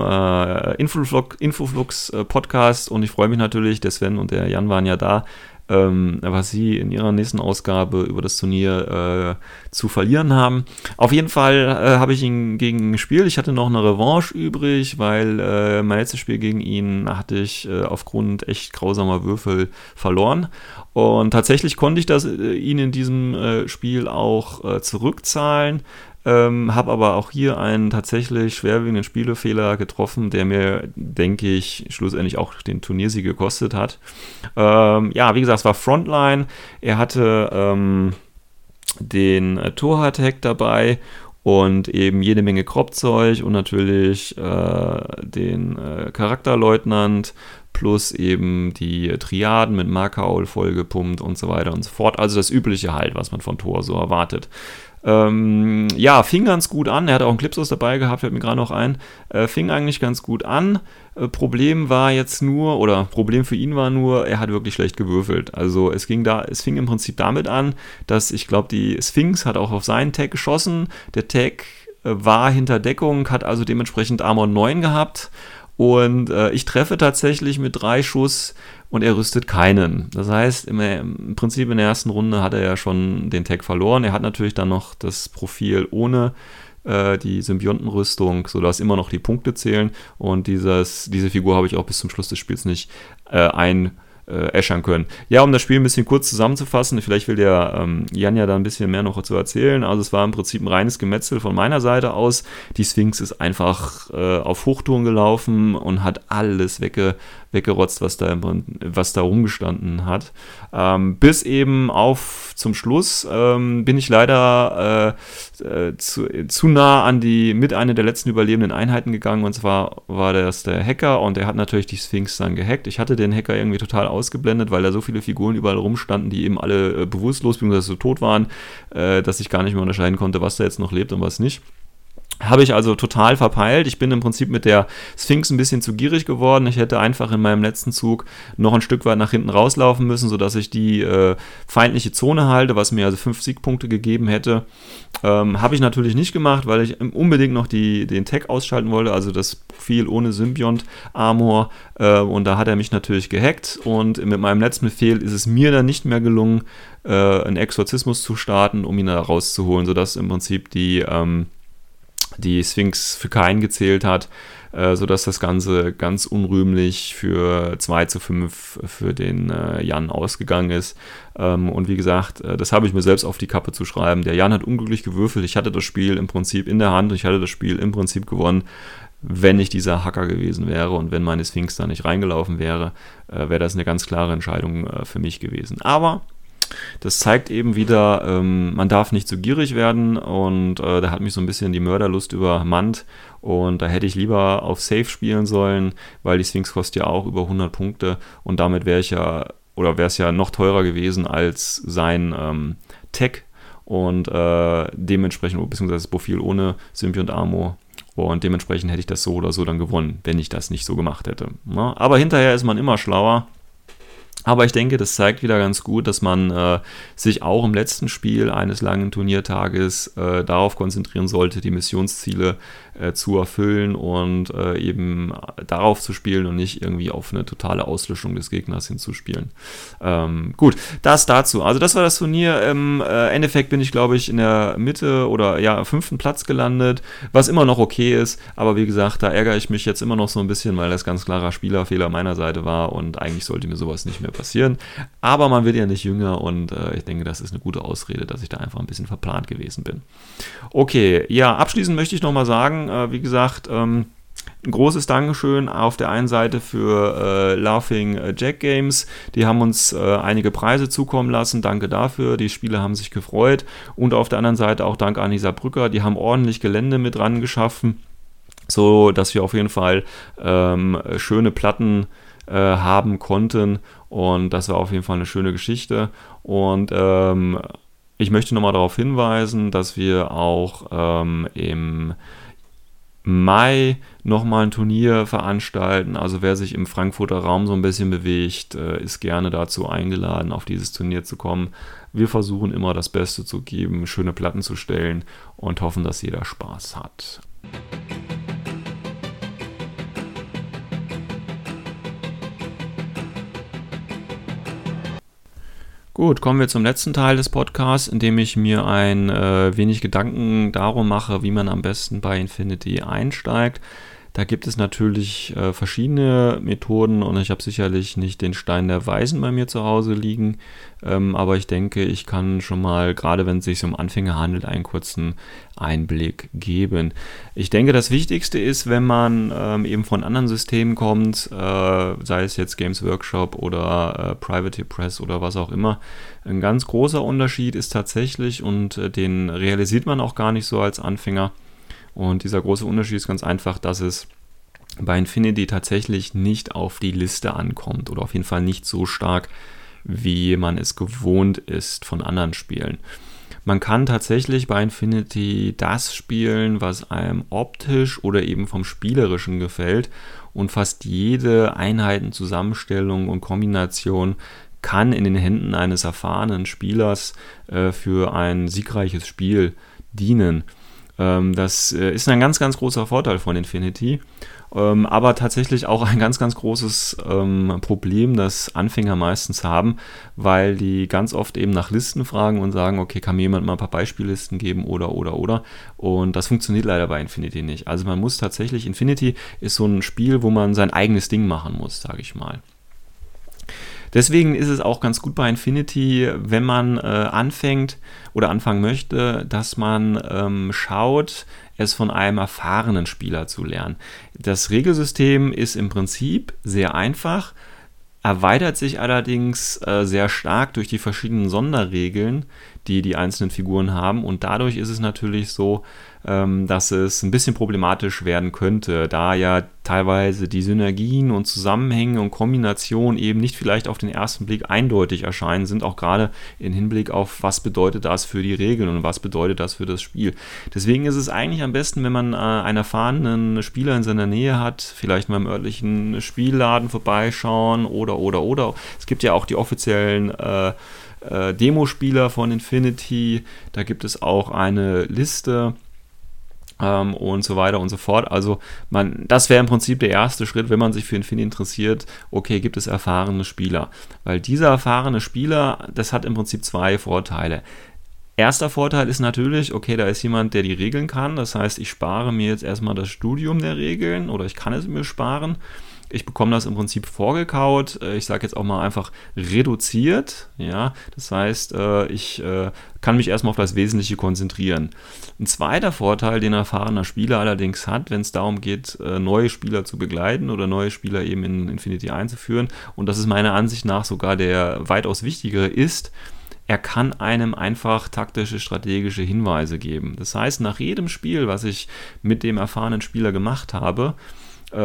Infoflux Podcast und ich freue mich natürlich, der Sven und der Jan waren ja da, was sie in ihrer nächsten Ausgabe über das Turnier zu verlieren haben. Auf jeden Fall habe ich ihn gegen ihn gespielt. Ich hatte noch eine Revanche übrig, weil mein letztes Spiel gegen ihn hatte ich aufgrund echt grausamer Würfel verloren. Und tatsächlich konnte ich ihn in diesem Spiel auch zurückzahlen. Habe aber auch hier einen tatsächlich schwerwiegenden Spielefehler getroffen, der mir, denke ich, schlussendlich auch den Turniersieg gekostet hat. Wie gesagt, es war Frontline. Er hatte den Torhard-Hack dabei und eben jede Menge Kropfzeug und natürlich den Charakterleutnant plus eben die Triaden mit Markaul vollgepumpt und so weiter und so fort. Also das Übliche halt, was man von Thor so erwartet. Fing ganz gut an. Er hat auch einen Clipsus dabei gehabt, fällt mir gerade noch ein. Fing eigentlich ganz gut an. Problem für ihn war nur, er hat wirklich schlecht gewürfelt. Also es fing im Prinzip damit an, dass ich glaube, die Sphinx hat auch auf seinen Tag geschossen. Der Tag war hinter Deckung, hat also dementsprechend Armor 9 gehabt. Und ich treffe tatsächlich mit 3 Schuss und er rüstet keinen. Das heißt, im Prinzip in der ersten Runde hat er ja schon den Tag verloren. Er hat natürlich dann noch das Profil ohne die Symbiontenrüstung, sodass immer noch die Punkte zählen. Und diese Figur habe ich auch bis zum Schluss des Spiels nicht äschern können. Ja, um das Spiel ein bisschen kurz zusammenzufassen, vielleicht will der Jan ja da ein bisschen mehr noch zu erzählen. Also es war im Prinzip ein reines Gemetzel von meiner Seite aus. Die Sphinx ist einfach auf Hochtouren gelaufen und hat alles weggerotzt, was da rumgestanden hat. Bis eben zum Schluss bin ich leider zu nah an mit einer der letzten überlebenden Einheiten gegangen, und zwar war das der Hacker und der hat natürlich die Sphinx dann gehackt. Ich hatte den Hacker irgendwie total ausgeblendet, weil da so viele Figuren überall rumstanden, die eben alle bewusstlos bzw. so tot waren, dass ich gar nicht mehr unterscheiden konnte, was da jetzt noch lebt und was nicht. Habe ich also total verpeilt. Ich bin im Prinzip mit der Sphinx ein bisschen zu gierig geworden. Ich hätte einfach in meinem letzten Zug noch ein Stück weit nach hinten rauslaufen müssen, sodass ich die feindliche Zone halte, was mir also 5 Siegpunkte gegeben hätte. Habe ich natürlich nicht gemacht, weil ich unbedingt noch den Tag ausschalten wollte, also das Profil ohne Symbiont-Armor. Und da hat er mich natürlich gehackt. Und mit meinem letzten Befehl ist es mir dann nicht mehr gelungen, einen Exorzismus zu starten, um ihn da rauszuholen, sodass im Prinzip die Sphinx für keinen gezählt hat, sodass das Ganze ganz unrühmlich für 2:5 für den Jan ausgegangen ist. Und wie gesagt, das habe ich mir selbst auf die Kappe zu schreiben. Der Jan hat unglücklich gewürfelt. Ich hatte das Spiel im Prinzip in der Hand und ich hatte das Spiel im Prinzip gewonnen, wenn ich dieser Hacker gewesen wäre und wenn meine Sphinx da nicht reingelaufen wäre, wäre das eine ganz klare Entscheidung für mich gewesen. Aber das zeigt eben wieder, man darf nicht zu gierig werden, und da hat mich so ein bisschen die Mörderlust übermannt, und da hätte ich lieber auf Safe spielen sollen, weil die Sphinx kostet ja auch über 100 Punkte und damit wäre ich ja oder wäre es ja noch teurer gewesen als sein Tech und dementsprechend, beziehungsweise das Profil ohne Symbiont Armor. Und dementsprechend hätte ich das so oder so dann gewonnen, wenn ich das nicht so gemacht hätte. Ne? Aber hinterher ist man immer schlauer. Aber ich denke, das zeigt wieder ganz gut, dass man sich auch im letzten Spiel eines langen Turniertages darauf konzentrieren sollte, die Missionsziele zu erfüllen und eben darauf zu spielen und nicht irgendwie auf eine totale Auslöschung des Gegners hinzuspielen. Gut, das dazu. Also das war das Turnier. Im Endeffekt bin ich, glaube ich, in der Mitte oder ja, 5. Platz gelandet, was immer noch okay ist. Aber wie gesagt, da ärgere ich mich jetzt immer noch so ein bisschen, weil das ganz klarer Spielerfehler meiner Seite war und eigentlich sollte mir sowas nicht mehr passieren. Aber man wird ja nicht jünger und ich denke, das ist eine gute Ausrede, dass ich da einfach ein bisschen verplant gewesen bin. Okay, ja, abschließend möchte ich nochmal sagen, wie gesagt, ein großes Dankeschön auf der einen Seite für Laughing Jack Games. Die haben uns einige Preise zukommen lassen. Danke dafür. Die Spieler haben sich gefreut. Und auf der anderen Seite auch Dank an Lisa Brücker. Die haben ordentlich Gelände mit ran geschaffen, so dass wir auf jeden Fall schöne Platten haben konnten. Und das war auf jeden Fall eine schöne Geschichte. Und ich möchte nochmal darauf hinweisen, dass wir auch im Mai nochmal ein Turnier veranstalten. Also wer sich im Frankfurter Raum so ein bisschen bewegt, ist gerne dazu eingeladen, auf dieses Turnier zu kommen. Wir versuchen immer das Beste zu geben, schöne Platten zu stellen und hoffen, dass jeder Spaß hat. Gut, kommen wir zum letzten Teil des Podcasts, in dem ich mir ein wenig Gedanken darum mache, wie man am besten bei Infinity einsteigt. Da gibt es natürlich verschiedene Methoden und ich habe sicherlich nicht den Stein der Weisen bei mir zu Hause liegen, aber ich denke, ich kann schon mal, gerade wenn es sich um Anfänger handelt, einen kurzen Einblick geben. Ich denke, das Wichtigste ist, wenn man eben von anderen Systemen kommt, sei es jetzt Games Workshop oder Private Press oder was auch immer, ein ganz großer Unterschied ist tatsächlich, und den realisiert man auch gar nicht so als Anfänger. Und dieser große Unterschied ist ganz einfach, dass es bei Infinity tatsächlich nicht auf die Liste ankommt oder auf jeden Fall nicht so stark, wie man es gewohnt ist von anderen Spielen. Man kann tatsächlich bei Infinity das spielen, was einem optisch oder eben vom Spielerischen gefällt, und fast jede Einheitenzusammenstellung und Kombination kann in den Händen eines erfahrenen Spielers für ein siegreiches Spiel dienen. Das ist ein ganz, ganz großer Vorteil von Infinity, aber tatsächlich auch ein ganz, ganz großes Problem, das Anfänger meistens haben, weil die ganz oft eben nach Listen fragen und sagen, okay, kann mir jemand mal ein paar Beispiellisten geben oder. Und das funktioniert leider bei Infinity nicht. Also man muss tatsächlich, Infinity ist so ein Spiel, wo man sein eigenes Ding machen muss, sage ich mal. Deswegen ist es auch ganz gut bei Infinity, wenn man anfängt oder anfangen möchte, dass man schaut, es von einem erfahrenen Spieler zu lernen. Das Regelsystem ist im Prinzip sehr einfach, erweitert sich allerdings sehr stark durch die verschiedenen Sonderregeln, die die einzelnen Figuren haben, und dadurch ist es natürlich so, dass es ein bisschen problematisch werden könnte, da ja teilweise die Synergien und Zusammenhänge und Kombinationen eben nicht vielleicht auf den ersten Blick eindeutig erscheinen, sind auch gerade im Hinblick auf, was bedeutet das für die Regeln und was bedeutet das für das Spiel. Deswegen ist es eigentlich am besten, wenn man einen erfahrenen Spieler in seiner Nähe hat, vielleicht mal im örtlichen Spielladen vorbeischauen oder. Es gibt ja auch die offiziellen Demospieler von Infinity, da gibt es auch eine Liste und so weiter und so fort. Also das wäre im Prinzip der erste Schritt, wenn man sich für Infinity interessiert. Okay, gibt es erfahrene Spieler? Weil dieser erfahrene Spieler, das hat im Prinzip zwei Vorteile. Erster Vorteil ist natürlich, okay, da ist jemand, der die Regeln kann. Das heißt, ich spare mir jetzt erstmal das Studium der Regeln, oder ich kann es mir sparen. Ich bekomme das im Prinzip vorgekaut, ich sage jetzt auch mal einfach reduziert, ja, das heißt, ich kann mich erstmal auf das Wesentliche konzentrieren. Ein zweiter Vorteil, den ein erfahrener Spieler allerdings hat, wenn es darum geht, neue Spieler zu begleiten oder neue Spieler eben in Infinity einzuführen, und das ist meiner Ansicht nach sogar der weitaus wichtigere, ist, er kann einem einfach taktische, strategische Hinweise geben. Das heißt, nach jedem Spiel, was ich mit dem erfahrenen Spieler gemacht habe,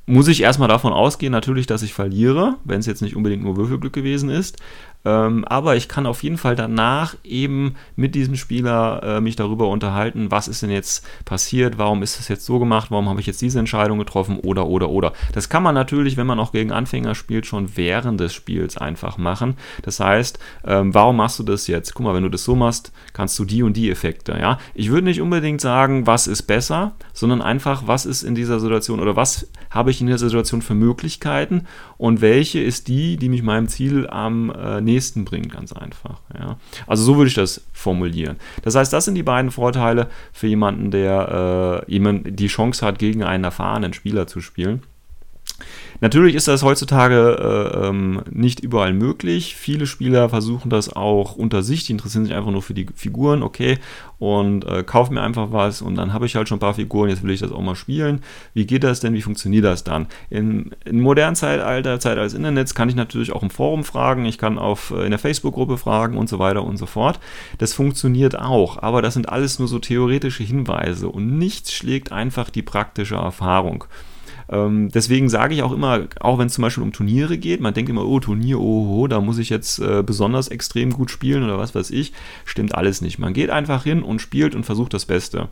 muss ich erstmal davon ausgehen, natürlich, dass ich verliere, wenn es jetzt nicht unbedingt nur Würfelglück gewesen ist. Aber ich kann auf jeden Fall danach eben mit diesem Spieler mich darüber unterhalten, was ist denn jetzt passiert, warum ist es jetzt so gemacht, warum habe ich jetzt diese Entscheidung getroffen oder. Das kann man natürlich, wenn man auch gegen Anfänger spielt, schon während des Spiels einfach machen. Das heißt, warum machst du das jetzt? Guck mal, wenn du das so machst, kannst du die und die Effekte. Ja? Ich würde nicht unbedingt sagen, was ist besser, sondern einfach, was ist in dieser Situation oder was habe ich in dieser Situation für Möglichkeiten und welche ist die mich meinem Ziel am nächsten bringt, ganz einfach. Ja. Also so würde ich das formulieren. Das heißt, das sind die beiden Vorteile für jemanden, der die Chance hat, gegen einen erfahrenen Spieler zu spielen. Natürlich ist das heutzutage nicht überall möglich. Viele Spieler versuchen das auch unter sich, die interessieren sich einfach nur für die Figuren, okay, und kaufen mir einfach was und dann habe ich halt schon ein paar Figuren, jetzt will ich das auch mal spielen. Wie geht das denn? Wie funktioniert das dann? In modernen Zeitalter des Internets kann ich natürlich auch im Forum fragen, ich kann in der Facebook-Gruppe fragen und so weiter und so fort. Das funktioniert auch, aber das sind alles nur so theoretische Hinweise und nichts schlägt einfach die praktische Erfahrung. Deswegen sage ich auch immer, auch wenn es zum Beispiel um Turniere geht, man denkt immer, oh Turnier, da muss ich jetzt besonders extrem gut spielen oder was weiß ich, stimmt alles nicht. Man geht einfach hin und spielt und versucht das Beste.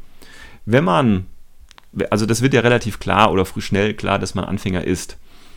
Also das wird ja relativ klar oder schnell klar, dass man Anfänger ist.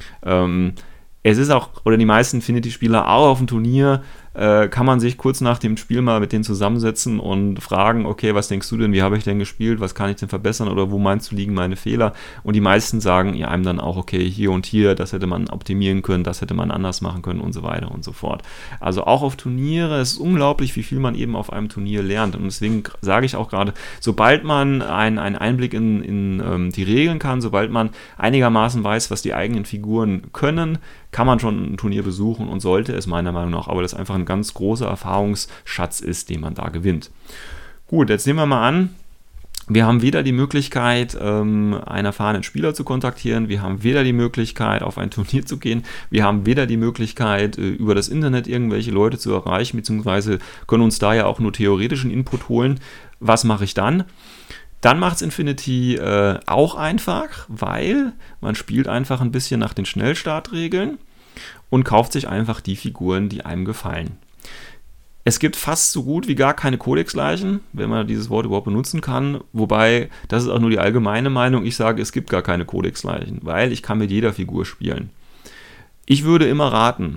Es ist auch, oder die meisten Infinity-Spieler auch auf dem Turnier, kann man sich kurz nach dem Spiel mal mit denen zusammensetzen und fragen, okay, was denkst du denn, wie habe ich denn gespielt, was kann ich denn verbessern oder wo meinst du liegen meine Fehler? Und die meisten sagen ja einem dann auch, okay, hier und hier, das hätte man optimieren können, das hätte man anders machen können und so weiter und so fort. Also auch auf Turniere, es ist unglaublich, wie viel man eben auf einem Turnier lernt und deswegen sage ich auch gerade, sobald man einen Einblick in die Regeln kann, sobald man einigermaßen weiß, was die eigenen Figuren können, kann man schon ein Turnier besuchen und sollte es meiner Meinung nach, aber das einfach ein ganz großer Erfahrungsschatz ist, den man da gewinnt. Gut, jetzt nehmen wir mal an, wir haben weder die Möglichkeit, einen erfahrenen Spieler zu kontaktieren, wir haben weder die Möglichkeit, auf ein Turnier zu gehen, wir haben weder die Möglichkeit, über das Internet irgendwelche Leute zu erreichen, beziehungsweise können uns da ja auch nur theoretischen Input holen. Was mache ich dann? Dann macht es Infinity auch einfach, weil man spielt einfach ein bisschen nach den Schnellstartregeln und kauft sich einfach die Figuren, die einem gefallen. Es gibt fast so gut wie gar keine Codex-Leichen, wenn man dieses Wort überhaupt benutzen kann, wobei, das ist auch nur die allgemeine Meinung, ich sage, es gibt gar keine Codex-Leichen, weil ich kann mit jeder Figur spielen. Ich würde immer raten,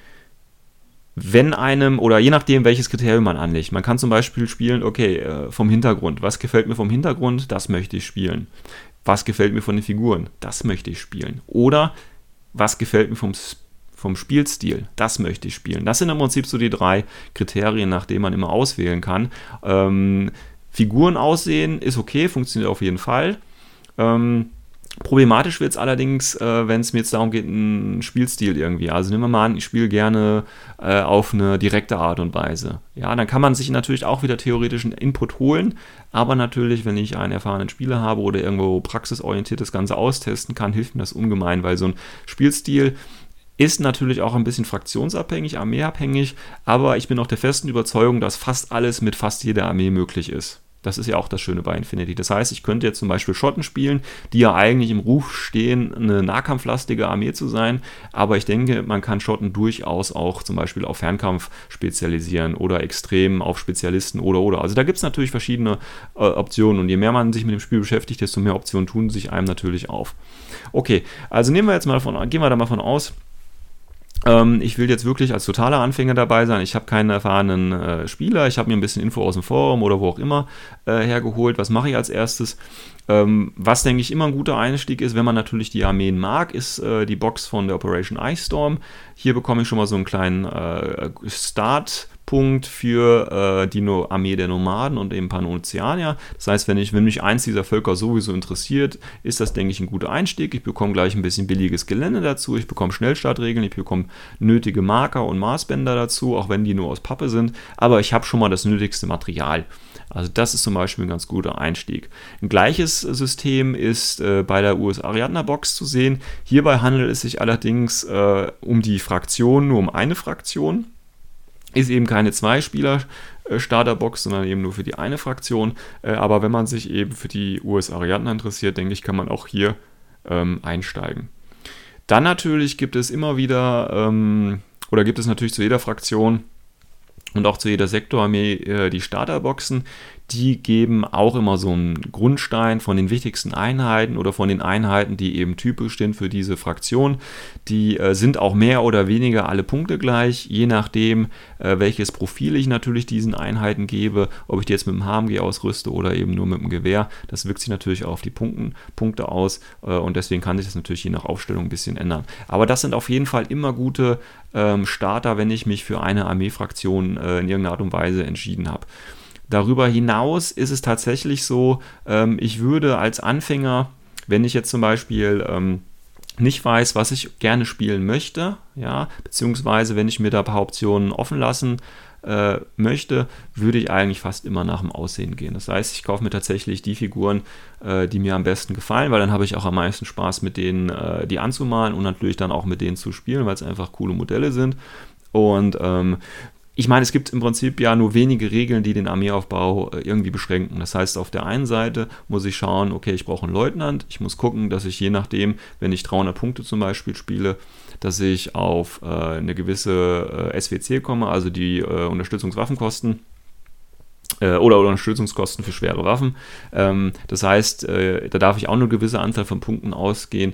wenn einem, oder je nachdem, welches Kriterium man anlegt. Man kann zum Beispiel spielen, okay, vom Hintergrund. Was gefällt mir vom Hintergrund? Das möchte ich spielen. Was gefällt mir von den Figuren? Das möchte ich spielen. Oder was gefällt mir vom Spielstil? Das möchte ich spielen. Das sind im Prinzip so die 3 Kriterien, nach denen man immer auswählen kann. Figuren aussehen ist okay, funktioniert auf jeden Fall. Problematisch wird es allerdings, wenn es mir jetzt darum geht, einen Spielstil irgendwie. Also nehmen wir mal an, ich spiele gerne auf eine direkte Art und Weise. Ja, dann kann man sich natürlich auch wieder theoretischen Input holen, aber natürlich, wenn ich einen erfahrenen Spieler habe oder irgendwo praxisorientiert das Ganze austesten kann, hilft mir das ungemein, weil so ein Spielstil ist natürlich auch ein bisschen fraktionsabhängig, armeeabhängig, aber ich bin auch der festen Überzeugung, dass fast alles mit fast jeder Armee möglich ist. Das ist ja auch das Schöne bei Infinity. Das heißt, ich könnte jetzt zum Beispiel Schotten spielen, die ja eigentlich im Ruf stehen, eine nahkampflastige Armee zu sein, aber ich denke, man kann Schotten durchaus auch zum Beispiel auf Fernkampf spezialisieren oder extrem auf Spezialisten oder. Also da gibt es natürlich verschiedene Optionen und je mehr man sich mit dem Spiel beschäftigt, desto mehr Optionen tun sich einem natürlich auf. Okay, also gehen wir da mal von aus, ich will jetzt wirklich als totaler Anfänger dabei sein. Ich habe keinen erfahrenen Spieler. Ich habe mir ein bisschen Info aus dem Forum oder wo auch immer hergeholt. Was mache ich als erstes? Was, denke ich, immer ein guter Einstieg ist, wenn man natürlich die Armeen mag, ist die Box von der Operation Ice Storm. Hier bekomme ich schon mal so einen kleinen Startpunkt für die Armee der Nomaden und eben Pan-Ozeanier. Das heißt, wenn mich eins dieser Völker sowieso interessiert, ist das, denke ich, ein guter Einstieg. Ich bekomme gleich ein bisschen billiges Gelände dazu, ich bekomme Schnellstartregeln, ich bekomme nötige Marker und Maßbänder dazu, auch wenn die nur aus Pappe sind, aber ich habe schon mal das nötigste Material. Also das ist zum Beispiel ein ganz guter Einstieg. Ein gleiches System ist bei der US Ariadna Box zu sehen. Hierbei handelt es sich allerdings um die Fraktion, nur um eine Fraktion. Ist eben keine 2-Spieler-Starterbox, sondern eben nur für die eine Fraktion. Aber wenn man sich eben für die US Ariadna interessiert, denke ich, kann man auch hier einsteigen. Dann natürlich gibt es immer wieder, oder gibt es natürlich zu jeder Fraktion und auch zu jeder Sektorarmee die Starterboxen. Die geben auch immer so einen Grundstein von den wichtigsten Einheiten oder von den Einheiten, die eben typisch sind für diese Fraktion. Die sind auch mehr oder weniger alle Punkte gleich, je nachdem, welches Profil ich natürlich diesen Einheiten gebe, ob ich die jetzt mit dem HMG ausrüste oder eben nur mit dem Gewehr. Das wirkt sich natürlich auch auf die Punkte aus und deswegen kann sich das natürlich je nach Aufstellung ein bisschen ändern. Aber das sind auf jeden Fall immer gute Starter, wenn ich mich für eine Armeefraktion in irgendeiner Art und Weise entschieden habe. Darüber hinaus ist es tatsächlich so, ich würde als Anfänger, wenn ich jetzt zum Beispiel nicht weiß, was ich gerne spielen möchte, ja, beziehungsweise wenn ich mir da ein paar Optionen offen lassen möchte, würde ich eigentlich fast immer nach dem Aussehen gehen. Das heißt, ich kaufe mir tatsächlich die Figuren, die mir am besten gefallen, weil dann habe ich auch am meisten Spaß mit denen, die anzumalen und natürlich dann auch mit denen zu spielen, weil es einfach coole Modelle sind. Und ich meine, es gibt im Prinzip ja nur wenige Regeln, die den Armeeaufbau irgendwie beschränken. Das heißt, auf der einen Seite muss ich schauen, okay, ich brauche einen Leutnant. Ich muss gucken, dass ich je nachdem, wenn ich 300 Punkte zum Beispiel spiele, dass ich auf eine gewisse SWC komme, also die Unterstützungswaffenkosten oder Unterstützungskosten für schwere Waffen. Das heißt, da darf ich auch eine gewisse Anzahl von Punkten ausgeben,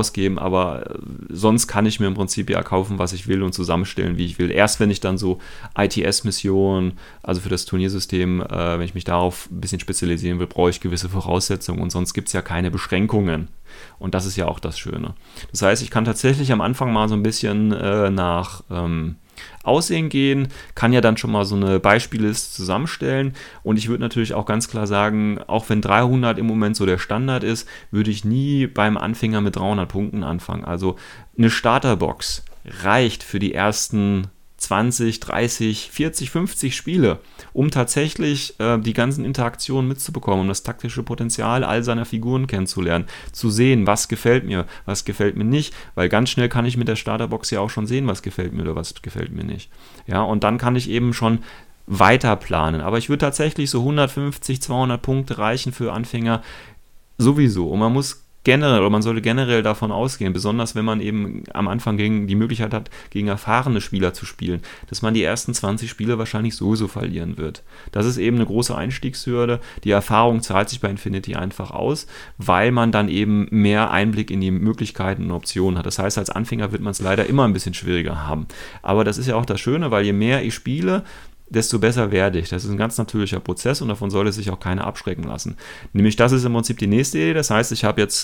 aber sonst kann ich mir im Prinzip ja kaufen, was ich will und zusammenstellen, wie ich will. Erst wenn ich dann so ITS-Missionen, also für das Turniersystem, wenn ich mich darauf ein bisschen spezialisieren will, brauche ich gewisse Voraussetzungen und sonst gibt es ja keine Beschränkungen. Und das ist ja auch das Schöne. Das heißt, ich kann tatsächlich am Anfang mal so ein bisschen nach Aussehen gehen, kann ja dann schon mal so eine Beispielliste zusammenstellen und ich würde natürlich auch ganz klar sagen, auch wenn 300 im Moment so der Standard ist, würde ich nie beim Anfänger mit 300 Punkten anfangen. Also eine Starterbox reicht für die ersten 20, 30, 40, 50 Spiele, um tatsächlich die ganzen Interaktionen mitzubekommen, um das taktische Potenzial all seiner Figuren kennenzulernen, zu sehen, was gefällt mir nicht, weil ganz schnell kann ich mit der Starterbox ja auch schon sehen, was gefällt mir oder was gefällt mir nicht. Ja, und dann kann ich eben schon weiter planen. Aber ich würde tatsächlich so 150, 200 Punkte reichen für Anfänger sowieso. Und man sollte generell davon ausgehen, besonders wenn man eben am Anfang die Möglichkeit hat, gegen erfahrene Spieler zu spielen, dass man die ersten 20 Spiele wahrscheinlich sowieso verlieren wird. Das ist eben eine große Einstiegshürde. Die Erfahrung zahlt sich bei Infinity einfach aus, weil man dann eben mehr Einblick in die Möglichkeiten und Optionen hat. Das heißt, als Anfänger wird man es leider immer ein bisschen schwieriger haben. Aber das ist ja auch das Schöne, weil je mehr ich spiele, desto besser werde ich. Das ist ein ganz natürlicher Prozess und davon sollte sich auch keiner abschrecken lassen. Nämlich das ist im Prinzip die nächste Idee. Das heißt, ich habe jetzt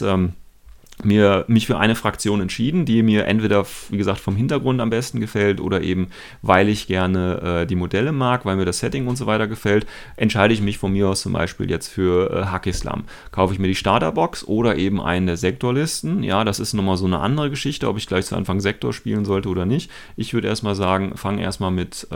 mich für eine Fraktion entschieden, die mir entweder, wie gesagt, vom Hintergrund am besten gefällt oder eben, weil ich gerne die Modelle mag, weil mir das Setting und so weiter gefällt, entscheide ich mich von mir aus zum Beispiel jetzt für Hack-Islam. Kaufe ich mir die Starterbox oder eben einen der Sektorlisten. Ja, das ist nochmal so eine andere Geschichte, ob ich gleich zu Anfang Sektor spielen sollte oder nicht. Ich würde erstmal sagen, fange erstmal mit,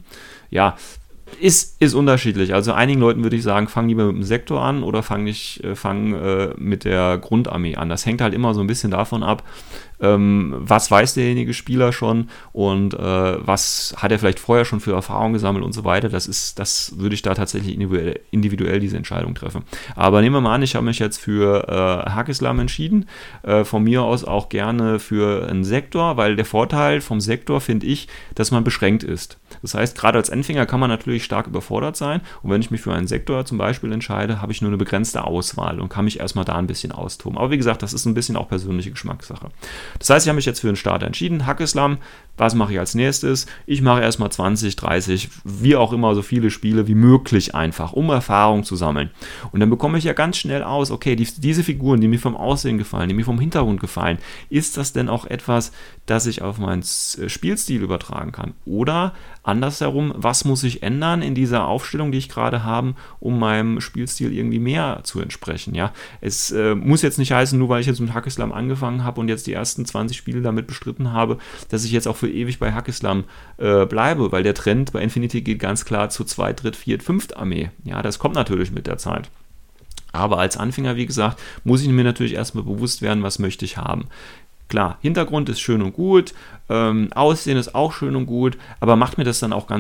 ist unterschiedlich. Also einigen Leuten würde ich sagen, fang lieber mit dem Sektor an oder fang mit der Grundarmee an. Das hängt halt immer so ein bisschen davon ab, was weiß derjenige Spieler schon und was hat er vielleicht vorher schon für Erfahrungen gesammelt und so weiter. Das würde ich da tatsächlich individuell diese Entscheidung treffen. Aber nehmen wir mal an, ich habe mich jetzt für Hack-Islam entschieden, von mir aus auch gerne für einen Sektor, weil der Vorteil vom Sektor finde ich, dass man beschränkt ist. Das heißt, gerade als Anfänger kann man natürlich stark überfordert sein und wenn ich mich für einen Sektor zum Beispiel entscheide, habe ich nur eine begrenzte Auswahl und kann mich erstmal da ein bisschen austoben. Aber wie gesagt, das ist ein bisschen auch persönliche Geschmackssache. Das heißt, ich habe mich jetzt für einen Starter entschieden, Hack-Islam. Was mache ich als nächstes? Ich mache erstmal 20, 30, wie auch immer, so viele Spiele wie möglich einfach, um Erfahrung zu sammeln. Und dann bekomme ich ja ganz schnell aus, okay, diese Figuren, die mir vom Aussehen gefallen, die mir vom Hintergrund gefallen, ist das denn auch etwas, das ich auf meinen Spielstil übertragen kann? Oder andersherum, was muss ich ändern in dieser Aufstellung, die ich gerade habe, um meinem Spielstil irgendwie mehr zu entsprechen? Ja? Es muss jetzt nicht heißen, nur weil ich jetzt mit Hack-Islam angefangen habe und jetzt die ersten 20 Spiele damit bestritten habe, dass ich jetzt auch für ewig bei Hack-Islam bleibe, weil der Trend bei Infinity geht ganz klar zu 2., 3., 4., 5. Armee. Ja, das kommt natürlich mit der Zeit. Aber als Anfänger, wie gesagt, muss ich mir natürlich erstmal bewusst werden, was möchte ich haben. Klar, Hintergrund ist schön und gut, Aussehen ist auch schön und gut, aber macht mir das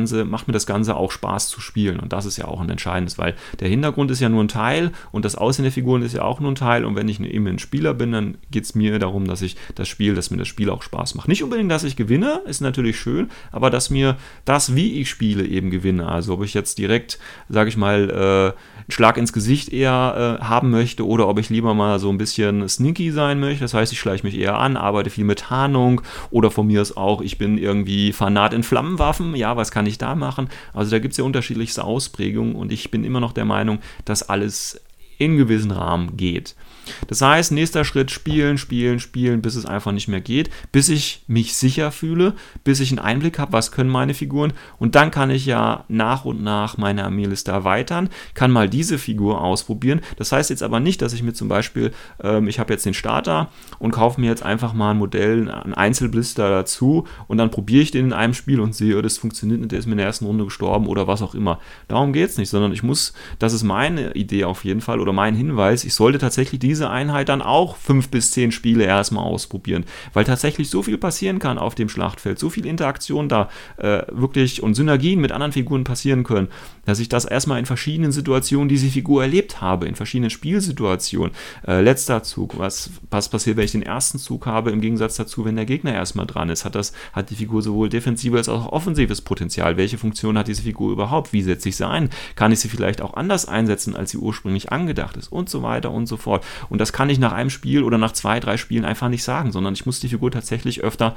Ganze auch Spaß zu spielen, und das ist ja auch ein entscheidendes, weil der Hintergrund ist ja nur ein Teil und das Aussehen der Figuren ist ja auch nur ein Teil, und wenn ich eben ein Spieler bin, dann geht es mir darum, dass mir das Spiel auch Spaß macht. Nicht unbedingt, dass ich gewinne, ist natürlich schön, aber dass mir das, wie ich spiele, eben gewinne. Also ob ich jetzt direkt, sage ich mal, einen Schlag ins Gesicht eher haben möchte, oder ob ich lieber mal so ein bisschen sneaky sein möchte, das heißt, ich schleiche mich eher an, arbeite viel mit Tarnung, oder von mir ist auch, ich bin irgendwie Fanat in Flammenwaffen, ja, was kann ich da machen? Also da gibt es ja unterschiedlichste Ausprägungen, und ich bin immer noch der Meinung, dass alles in gewissen Rahmen geht. Das heißt, nächster Schritt, spielen, bis es einfach nicht mehr geht, bis ich mich sicher fühle, bis ich einen Einblick habe, was können meine Figuren, und dann kann ich ja nach und nach meine Armeeliste erweitern, kann mal diese Figur ausprobieren. Das heißt jetzt aber nicht, dass ich mir zum Beispiel, ich habe jetzt den Starter und kaufe mir jetzt einfach mal ein Modell, einen Einzelblister dazu, und dann probiere ich den in einem Spiel und sehe, das funktioniert nicht, der ist mir in der ersten Runde gestorben oder was auch immer. Darum geht es nicht, sondern das ist meine Idee auf jeden Fall, oder mein Hinweis, ich sollte tatsächlich diese Einheit dann auch 5 bis 10 Spiele erstmal ausprobieren, weil tatsächlich so viel passieren kann auf dem Schlachtfeld, so viel Interaktion da wirklich und Synergien mit anderen Figuren passieren können, dass ich das erstmal in verschiedenen Situationen diese Figur erlebt habe, in verschiedenen Spielsituationen. Letzter Zug, was passiert, wenn ich den ersten Zug habe, im Gegensatz dazu, wenn der Gegner erstmal dran ist, hat die Figur sowohl defensives als auch offensives Potenzial. Welche Funktion hat diese Figur überhaupt? Wie setze ich sie ein? Kann ich sie vielleicht auch anders einsetzen, als sie ursprünglich angedacht ist? Und so weiter und so fort. Und das kann ich nach einem Spiel oder nach 2, 3 Spielen einfach nicht sagen, sondern ich muss die Figur tatsächlich öfter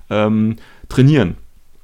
trainieren.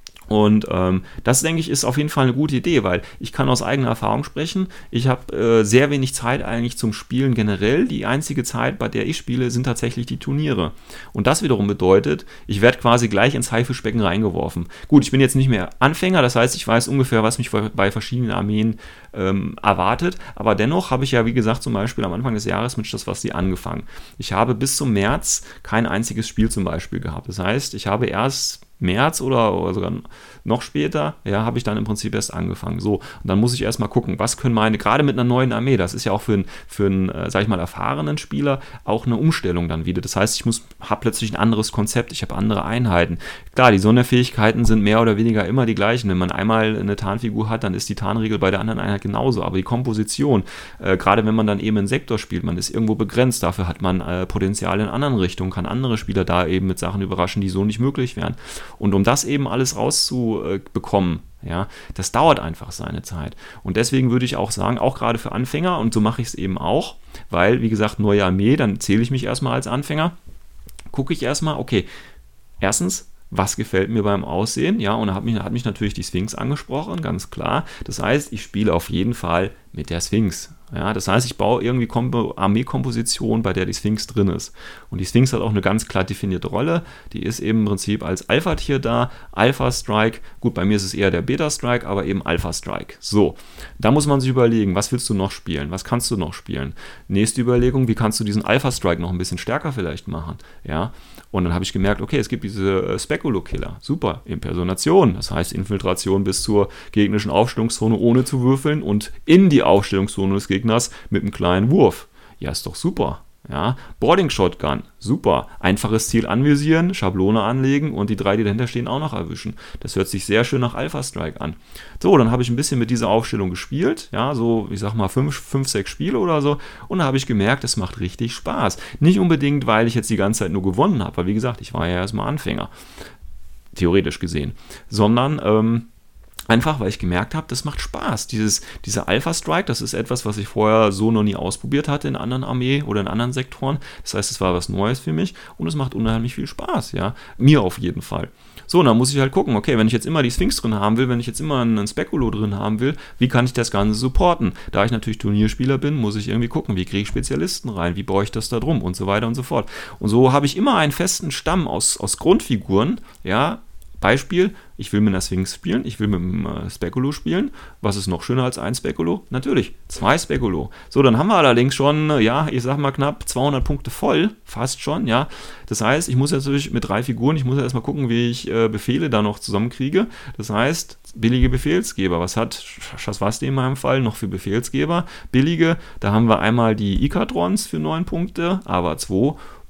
Und das, denke ich, ist auf jeden Fall eine gute Idee, weil ich kann aus eigener Erfahrung sprechen. Ich habe sehr wenig Zeit eigentlich zum Spielen generell. Die einzige Zeit, bei der ich spiele, sind tatsächlich die Turniere. Und das wiederum bedeutet, ich werde quasi gleich ins Haifischbecken reingeworfen. Gut, ich bin jetzt nicht mehr Anfänger, das heißt, ich weiß ungefähr, was mich bei verschiedenen Armeen erwartet. Aber dennoch habe ich ja, wie gesagt, zum Beispiel am Anfang des Jahres mit Schlosswasti angefangen. Ich habe bis zum März kein einziges Spiel zum Beispiel gehabt. Das heißt, ich habe erst März oder sogar noch später, ja, habe ich dann im Prinzip erst angefangen. So, und dann muss ich erstmal gucken, was können gerade mit einer neuen Armee, das ist ja auch für einen sag ich mal, erfahrenen Spieler auch eine Umstellung dann wieder. Das heißt, habe plötzlich ein anderes Konzept, ich habe andere Einheiten. Klar, die Sonderfähigkeiten sind mehr oder weniger immer die gleichen. Wenn man einmal eine Tarnfigur hat, dann ist die Tarnregel bei der anderen Einheit genauso. Aber die Komposition, gerade wenn man dann eben einen Sektor spielt, man ist irgendwo begrenzt, dafür hat man Potenzial in anderen Richtungen, kann andere Spieler da eben mit Sachen überraschen, die so nicht möglich wären. Und um das eben alles rauszubekommen, ja, das dauert einfach seine Zeit. Und deswegen würde ich auch sagen, auch gerade für Anfänger, und so mache ich es eben auch, weil, wie gesagt, neue Armee, dann zähle ich mich erstmal als Anfänger, gucke ich erstmal, okay, erstens, was gefällt mir beim Aussehen? Ja, und da hat mich natürlich die Sphinx angesprochen, ganz klar. Das heißt, ich spiele auf jeden Fall mit der Sphinx. Ja, das heißt, ich baue irgendwie Armeekomposition, bei der die Sphinx drin ist. Und die Sphinx hat auch eine ganz klar definierte Rolle. Die ist eben im Prinzip als Alpha-Tier da, Alpha-Strike. Gut, bei mir ist es eher der Beta-Strike, aber eben Alpha-Strike. So, da muss man sich überlegen, was willst du noch spielen? Was kannst du noch spielen? Nächste Überlegung, wie kannst du diesen Alpha-Strike noch ein bisschen stärker vielleicht machen? Ja, und dann habe ich gemerkt, okay, es gibt diese Speculo-Killer. Super, Impersonation, das heißt Infiltration bis zur gegnerischen Aufstellungszone ohne zu würfeln und in die Aufstellungszone des Gegners mit einem kleinen Wurf. Ja, ist doch super. Ja, Boarding Shotgun, super. Einfaches Ziel anvisieren, Schablone anlegen und die 3, die dahinter stehen, auch noch erwischen. Das hört sich sehr schön nach Alpha Strike an. So, dann habe ich ein bisschen mit dieser Aufstellung gespielt, ja, so, ich sag mal 5, 6 Spiele oder so, und da habe ich gemerkt, es macht richtig Spaß. Nicht unbedingt, weil ich jetzt die ganze Zeit nur gewonnen habe, weil wie gesagt, ich war ja erstmal Anfänger, theoretisch gesehen, sondern einfach, weil ich gemerkt habe, das macht Spaß. Dieser Alpha Strike, das ist etwas, was ich vorher so noch nie ausprobiert hatte in anderen Armee oder in anderen Sektoren. Das heißt, es war was Neues für mich und es macht unheimlich viel Spaß, ja. Mir auf jeden Fall. So, und dann muss ich halt gucken, okay, wenn ich jetzt immer die Sphinx drin haben will, wenn ich jetzt immer einen Speculo drin haben will, wie kann ich das Ganze supporten? Da ich natürlich Turnierspieler bin, muss ich irgendwie gucken, wie kriege ich Spezialisten rein, wie baue ich das da drum und so weiter und so fort. Und so habe ich immer einen festen Stamm aus Grundfiguren, ja. Beispiel, ich will mit einer Sphinx spielen, ich will mit einem Speculo spielen. Was ist noch schöner als ein Speculo? Natürlich, 2 Speculo. So, dann haben wir allerdings schon, ja, ich sag mal knapp 200 Punkte voll, fast schon, ja. Das heißt, ich muss jetzt natürlich mit 3 Figuren, ich muss ja erstmal gucken, wie ich Befehle da noch zusammenkriege. Das heißt, billige Befehlsgeber. Was hat Schlosswasti in meinem Fall noch für Befehlsgeber? Billige, da haben wir einmal die Ikatrons für 9 Punkte, aber 2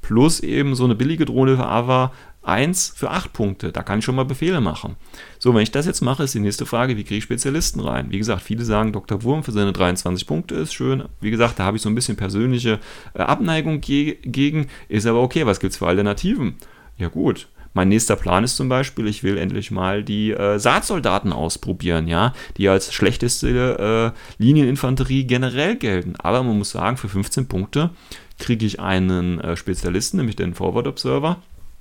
plus eben so eine billige Drohne für Ava 1 für 8 Punkte. Da kann ich schon mal Befehle machen. So, wenn ich das jetzt mache, ist die nächste Frage, wie kriege ich Spezialisten rein? Wie gesagt, viele sagen, Dr. Wurm für seine 23 Punkte ist schön. Wie gesagt, da habe ich so ein bisschen persönliche Abneigung gegen. Ist aber okay, was gibt es für Alternativen? Ja gut, mein nächster Plan ist zum Beispiel, ich will endlich mal die Saatsoldaten ausprobieren, ja, die als schlechteste Linieninfanterie generell gelten. Aber man muss sagen, für 15 Punkte kriege ich einen Spezialisten, nämlich den Forward Observer,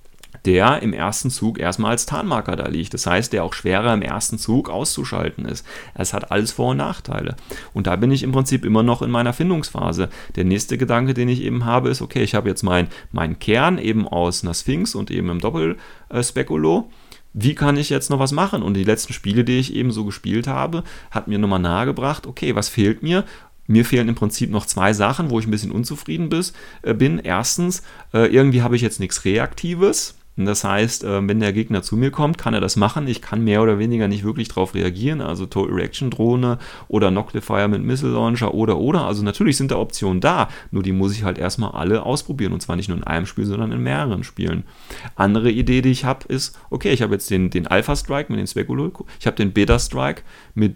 der im ersten Zug erstmal als Tarnmarker da liegt. Das heißt, der auch schwerer im ersten Zug auszuschalten ist. Es hat alles Vor- und Nachteile. Und da bin ich im Prinzip immer noch in meiner Findungsphase. Der nächste Gedanke, den ich eben habe, ist, okay, ich habe jetzt meinen Kern eben aus einer Sphinx und eben im Doppel-Spekulo. Wie kann ich jetzt noch was machen? Und die letzten Spiele, die ich eben so gespielt habe, hat mir nochmal nahegebracht, okay, was fehlt mir? Mir fehlen im Prinzip noch 2 Sachen, wo ich ein bisschen unzufrieden bin. Erstens, irgendwie habe ich jetzt nichts Reaktives. Das heißt, wenn der Gegner zu mir kommt, kann er das machen. Ich kann mehr oder weniger nicht wirklich darauf reagieren. Also Total Reaction Drohne oder Noctifier mit Missile Launcher oder. Also natürlich sind da Optionen da, nur die muss ich halt erstmal alle ausprobieren. Und zwar nicht nur in einem Spiel, sondern in mehreren Spielen. Andere Idee, die ich habe, ist, okay, ich habe jetzt den Alpha Strike mit den Spekulo, ich habe den Beta Strike mit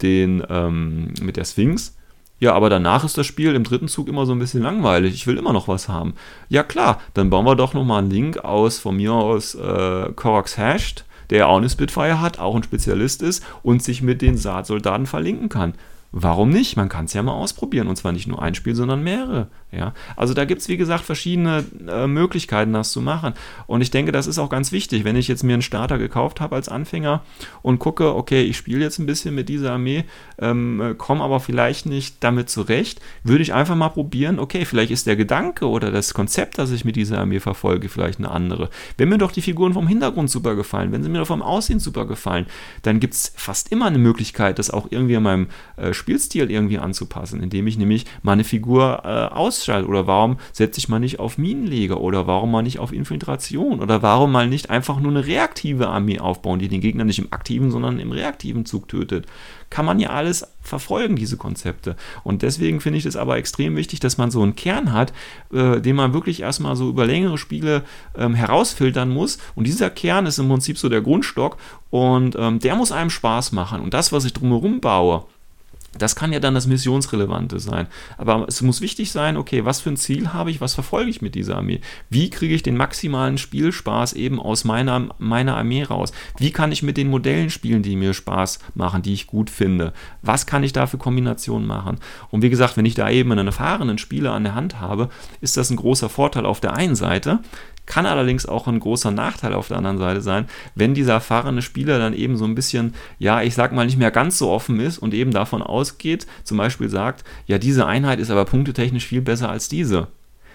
der Sphinx. Ja, aber danach ist das Spiel im dritten Zug immer so ein bisschen langweilig. Ich will immer noch was haben. Ja klar, dann bauen wir doch nochmal einen Link von mir aus Koroks Hashed, der auch eine Spitfire hat, auch ein Spezialist ist und sich mit den Saatsoldaten verlinken kann. Warum nicht? Man kann es ja mal ausprobieren. Und zwar nicht nur ein Spiel, sondern mehrere. Ja? Also da gibt es, wie gesagt, verschiedene Möglichkeiten, das zu machen. Und ich denke, das ist auch ganz wichtig. Wenn ich jetzt mir einen Starter gekauft habe als Anfänger und gucke, okay, ich spiele jetzt ein bisschen mit dieser Armee, komme aber vielleicht nicht damit zurecht, würde ich einfach mal probieren, okay, vielleicht ist der Gedanke oder das Konzept, das ich mit dieser Armee verfolge, vielleicht eine andere. Wenn mir doch die Figuren vom Hintergrund super gefallen, wenn sie mir doch vom Aussehen super gefallen, dann gibt es fast immer eine Möglichkeit, das auch irgendwie an meinem Spielstil irgendwie anzupassen, indem ich nämlich meine Figur ausschalte. Oder warum setze ich mal nicht auf Minenleger? Oder warum mal nicht auf Infiltration? Oder warum mal nicht einfach nur eine reaktive Armee aufbauen, die den Gegner nicht im aktiven, sondern im reaktiven Zug tötet? Kann man ja alles verfolgen, diese Konzepte. Und deswegen finde ich es aber extrem wichtig, dass man so einen Kern hat, den man wirklich erstmal so über längere Spiele herausfiltern muss. Und dieser Kern ist im Prinzip so der Grundstock und der muss einem Spaß machen. Und das, was ich drumherum baue, das kann ja dann das Missionsrelevante sein. Aber es muss wichtig sein, okay, was für ein Ziel habe ich, was verfolge ich mit dieser Armee? Wie kriege ich den maximalen Spielspaß eben aus meiner Armee raus? Wie kann ich mit den Modellen spielen, die mir Spaß machen, die ich gut finde? Was kann ich da für Kombinationen machen? Und wie gesagt, wenn ich da eben einen erfahrenen Spieler an der Hand habe, ist das ein großer Vorteil auf der einen Seite. Kann allerdings auch ein großer Nachteil auf der anderen Seite sein, wenn dieser erfahrene Spieler dann eben so ein bisschen, ja, ich sag mal, nicht mehr ganz so offen ist und eben davon ausgeht, zum Beispiel sagt, ja, diese Einheit ist aber punktetechnisch viel besser als diese.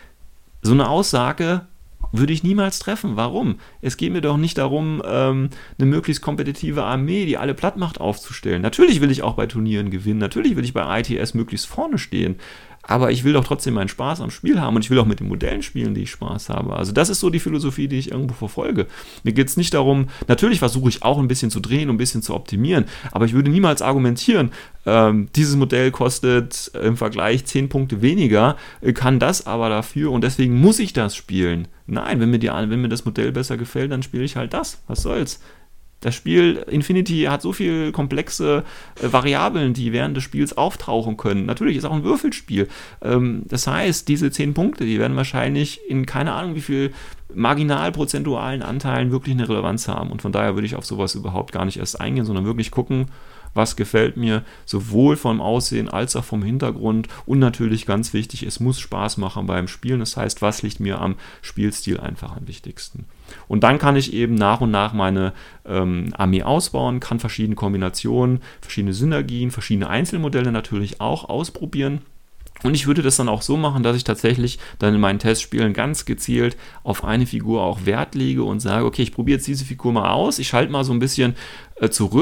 So eine Aussage würde ich niemals treffen. Warum? Es geht mir doch nicht darum, eine möglichst kompetitive Armee, die alle platt macht, aufzustellen. Natürlich will ich auch bei Turnieren gewinnen, natürlich will ich bei ITS möglichst vorne stehen, aber ich will doch trotzdem meinen Spaß am Spiel haben und ich will auch mit den Modellen spielen, die ich Spaß habe. Also das ist so die Philosophie, die ich irgendwo verfolge. Mir geht es nicht darum, natürlich versuche ich auch ein bisschen zu drehen und ein bisschen zu optimieren, aber ich würde niemals argumentieren, dieses Modell kostet im Vergleich 10 Punkte weniger, kann das aber dafür und deswegen muss ich das spielen. Nein, wenn mir das Modell besser gefällt, dann spiele ich halt das. Was soll's? Das Spiel Infinity hat so viele komplexe Variablen, die während des Spiels auftauchen können. Natürlich ist auch ein Würfelspiel. Das heißt, diese 10 Punkte, die werden wahrscheinlich in keine Ahnung wie viel marginal prozentualen Anteilen wirklich eine Relevanz haben. Und von daher würde ich auf sowas überhaupt gar nicht erst eingehen, sondern wirklich gucken, was gefällt mir, sowohl vom Aussehen als auch vom Hintergrund. Und natürlich ganz wichtig, es muss Spaß machen beim Spielen. Das heißt, was liegt mir am Spielstil einfach am wichtigsten. Und dann kann ich eben nach und nach meine Armee ausbauen, kann verschiedene Kombinationen, verschiedene Synergien, verschiedene Einzelmodelle natürlich auch ausprobieren. Und ich würde das dann auch so machen, dass ich tatsächlich dann in meinen Testspielen ganz gezielt auf eine Figur auch Wert lege und sage, okay, ich probiere jetzt diese Figur mal aus, ich schalte mal so ein bisschen zurück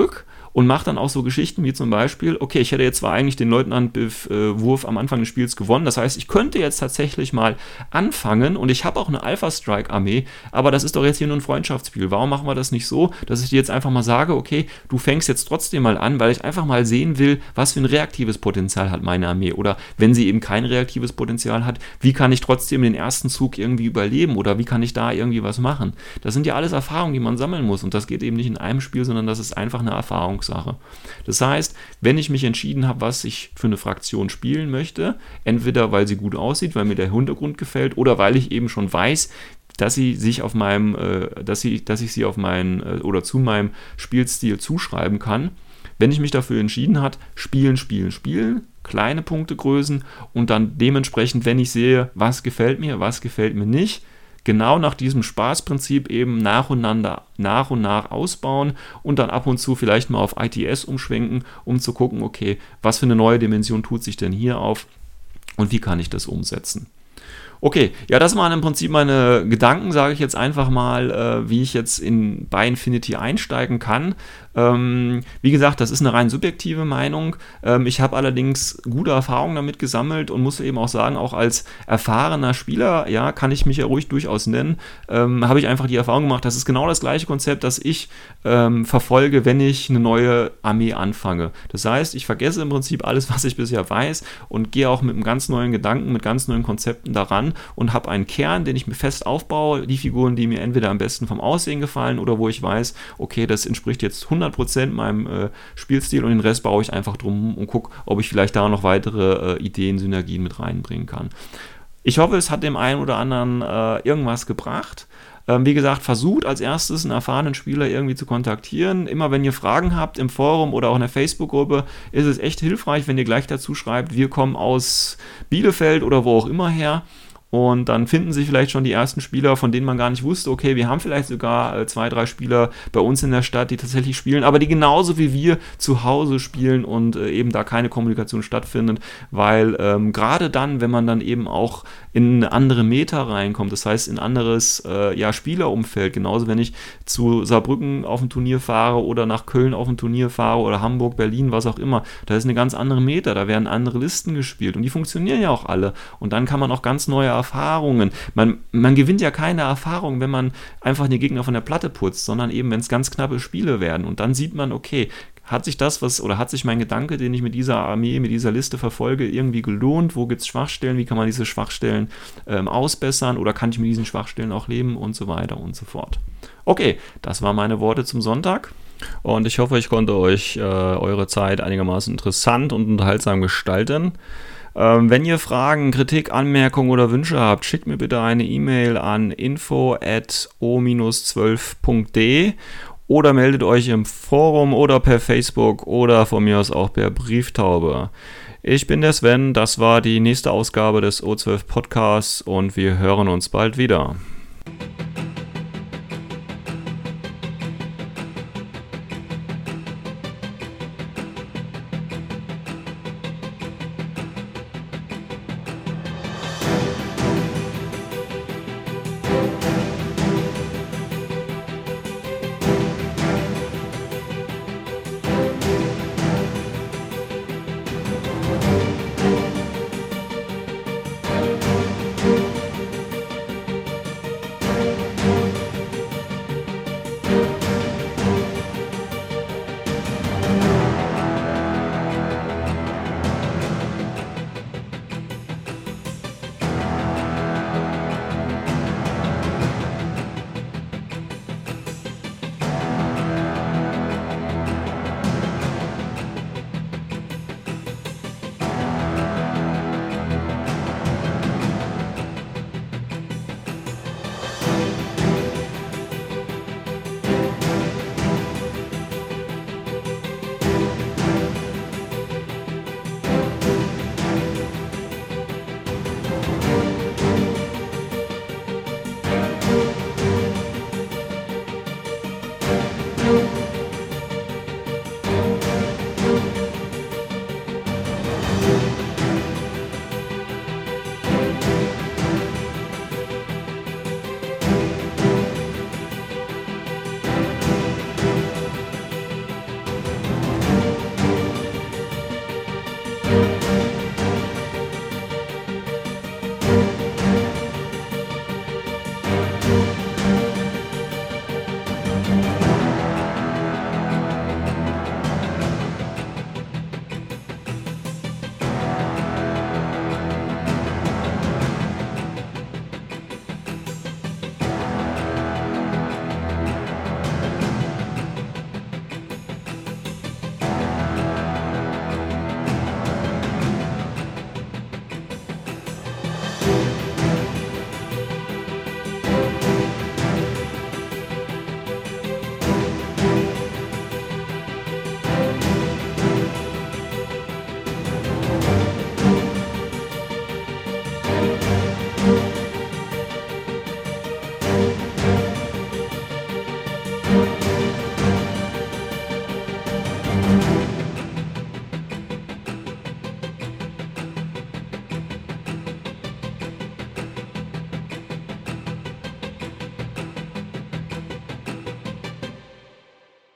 und mache dann auch so Geschichten wie zum Beispiel, okay, ich hätte jetzt zwar eigentlich den Leutnant-Wurf am Anfang des Spiels gewonnen, das heißt, ich könnte jetzt tatsächlich mal anfangen und ich habe auch eine Alpha-Strike-Armee, aber das ist doch jetzt hier nur ein Freundschaftsspiel. Warum machen wir das nicht so, dass ich dir jetzt einfach mal sage, okay, du fängst jetzt trotzdem mal an, weil ich einfach mal sehen will, was für ein reaktives Potenzial hat meine Armee oder wenn sie eben kein reaktives Potenzial hat, wie kann ich trotzdem den ersten Zug irgendwie überleben oder wie kann ich da irgendwie was machen? Das sind ja alles Erfahrungen, die man sammeln muss und das geht eben nicht in einem Spiel, sondern das ist einfach eine Erfahrungssache. Das heißt, wenn ich mich entschieden habe, was ich für eine Fraktion spielen möchte, entweder weil sie gut aussieht, weil mir der Hintergrund gefällt oder weil ich eben schon weiß, dass ich sie auf meinen oder zu meinem Spielstil zuschreiben kann. Wenn ich mich dafür entschieden habe, spielen, kleine Punktegrößen und dann dementsprechend, wenn ich sehe, was gefällt mir nicht, genau nach diesem Spaßprinzip eben nach und nach ausbauen und dann ab und zu vielleicht mal auf ITS umschwenken, um zu gucken, okay, was für eine neue Dimension tut sich denn hier auf und wie kann ich das umsetzen. Okay, ja, das waren im Prinzip meine Gedanken, sage ich jetzt einfach mal, wie ich jetzt bei Infinity einsteigen kann. Wie gesagt, das ist eine rein subjektive Meinung. Ich habe allerdings gute Erfahrungen damit gesammelt und muss eben auch sagen, auch als erfahrener Spieler, ja, kann ich mich ja ruhig durchaus nennen, habe ich einfach die Erfahrung gemacht, das ist genau das gleiche Konzept, das ich verfolge, wenn ich eine neue Armee anfange. Das heißt, ich vergesse im Prinzip alles, was ich bisher weiß und gehe auch mit einem ganz neuen Gedanken, mit ganz neuen Konzepten daran und habe einen Kern, den ich mir fest aufbaue, die Figuren, die mir entweder am besten vom Aussehen gefallen oder wo ich weiß, okay, das entspricht jetzt 100% meinem Spielstil und den Rest baue ich einfach drum und gucke, ob ich vielleicht da noch weitere Ideen, Synergien mit reinbringen kann. Ich hoffe, es hat dem einen oder anderen irgendwas gebracht. Wie gesagt, versucht als erstes einen erfahrenen Spieler irgendwie zu kontaktieren. Immer wenn ihr Fragen habt im Forum oder auch in der Facebook-Gruppe, ist es echt hilfreich, wenn ihr gleich dazu schreibt, wir kommen aus Bielefeld oder wo auch immer her. Und dann finden sich vielleicht schon die ersten Spieler, von denen man gar nicht wusste, okay, wir haben vielleicht sogar 2, 3 Spieler bei uns in der Stadt, die tatsächlich spielen, aber die genauso wie wir zu Hause spielen und eben da keine Kommunikation stattfindet, weil gerade dann, wenn man dann eben auch in eine andere Meta reinkommt, das heißt in ein anderes Spielerumfeld, genauso wenn ich zu Saarbrücken auf ein Turnier fahre oder nach Köln auf ein Turnier fahre oder Hamburg, Berlin, was auch immer, da ist eine ganz andere Meta, da werden andere Listen gespielt und die funktionieren ja auch alle und dann kann man auch ganz neue Erfahrungen. Man gewinnt ja keine Erfahrung, wenn man einfach den Gegner von der Platte putzt, sondern eben, wenn es ganz knappe Spiele werden. Und dann sieht man, okay, hat sich mein Gedanke, den ich mit dieser Armee, mit dieser Liste verfolge, irgendwie gelohnt? Wo gibt es Schwachstellen? Wie kann man diese Schwachstellen ausbessern? Oder kann ich mit diesen Schwachstellen auch leben? Und so weiter und so fort. Okay, das waren meine Worte zum Sonntag. Und ich hoffe, ich konnte euch eure Zeit einigermaßen interessant und unterhaltsam gestalten. Wenn ihr Fragen, Kritik, Anmerkungen oder Wünsche habt, schickt mir bitte eine E-Mail an info@o-12.de oder meldet euch im Forum oder per Facebook oder von mir aus auch per Brieftaube. Ich bin der Sven, das war die nächste Ausgabe des O12 Podcasts und wir hören uns bald wieder.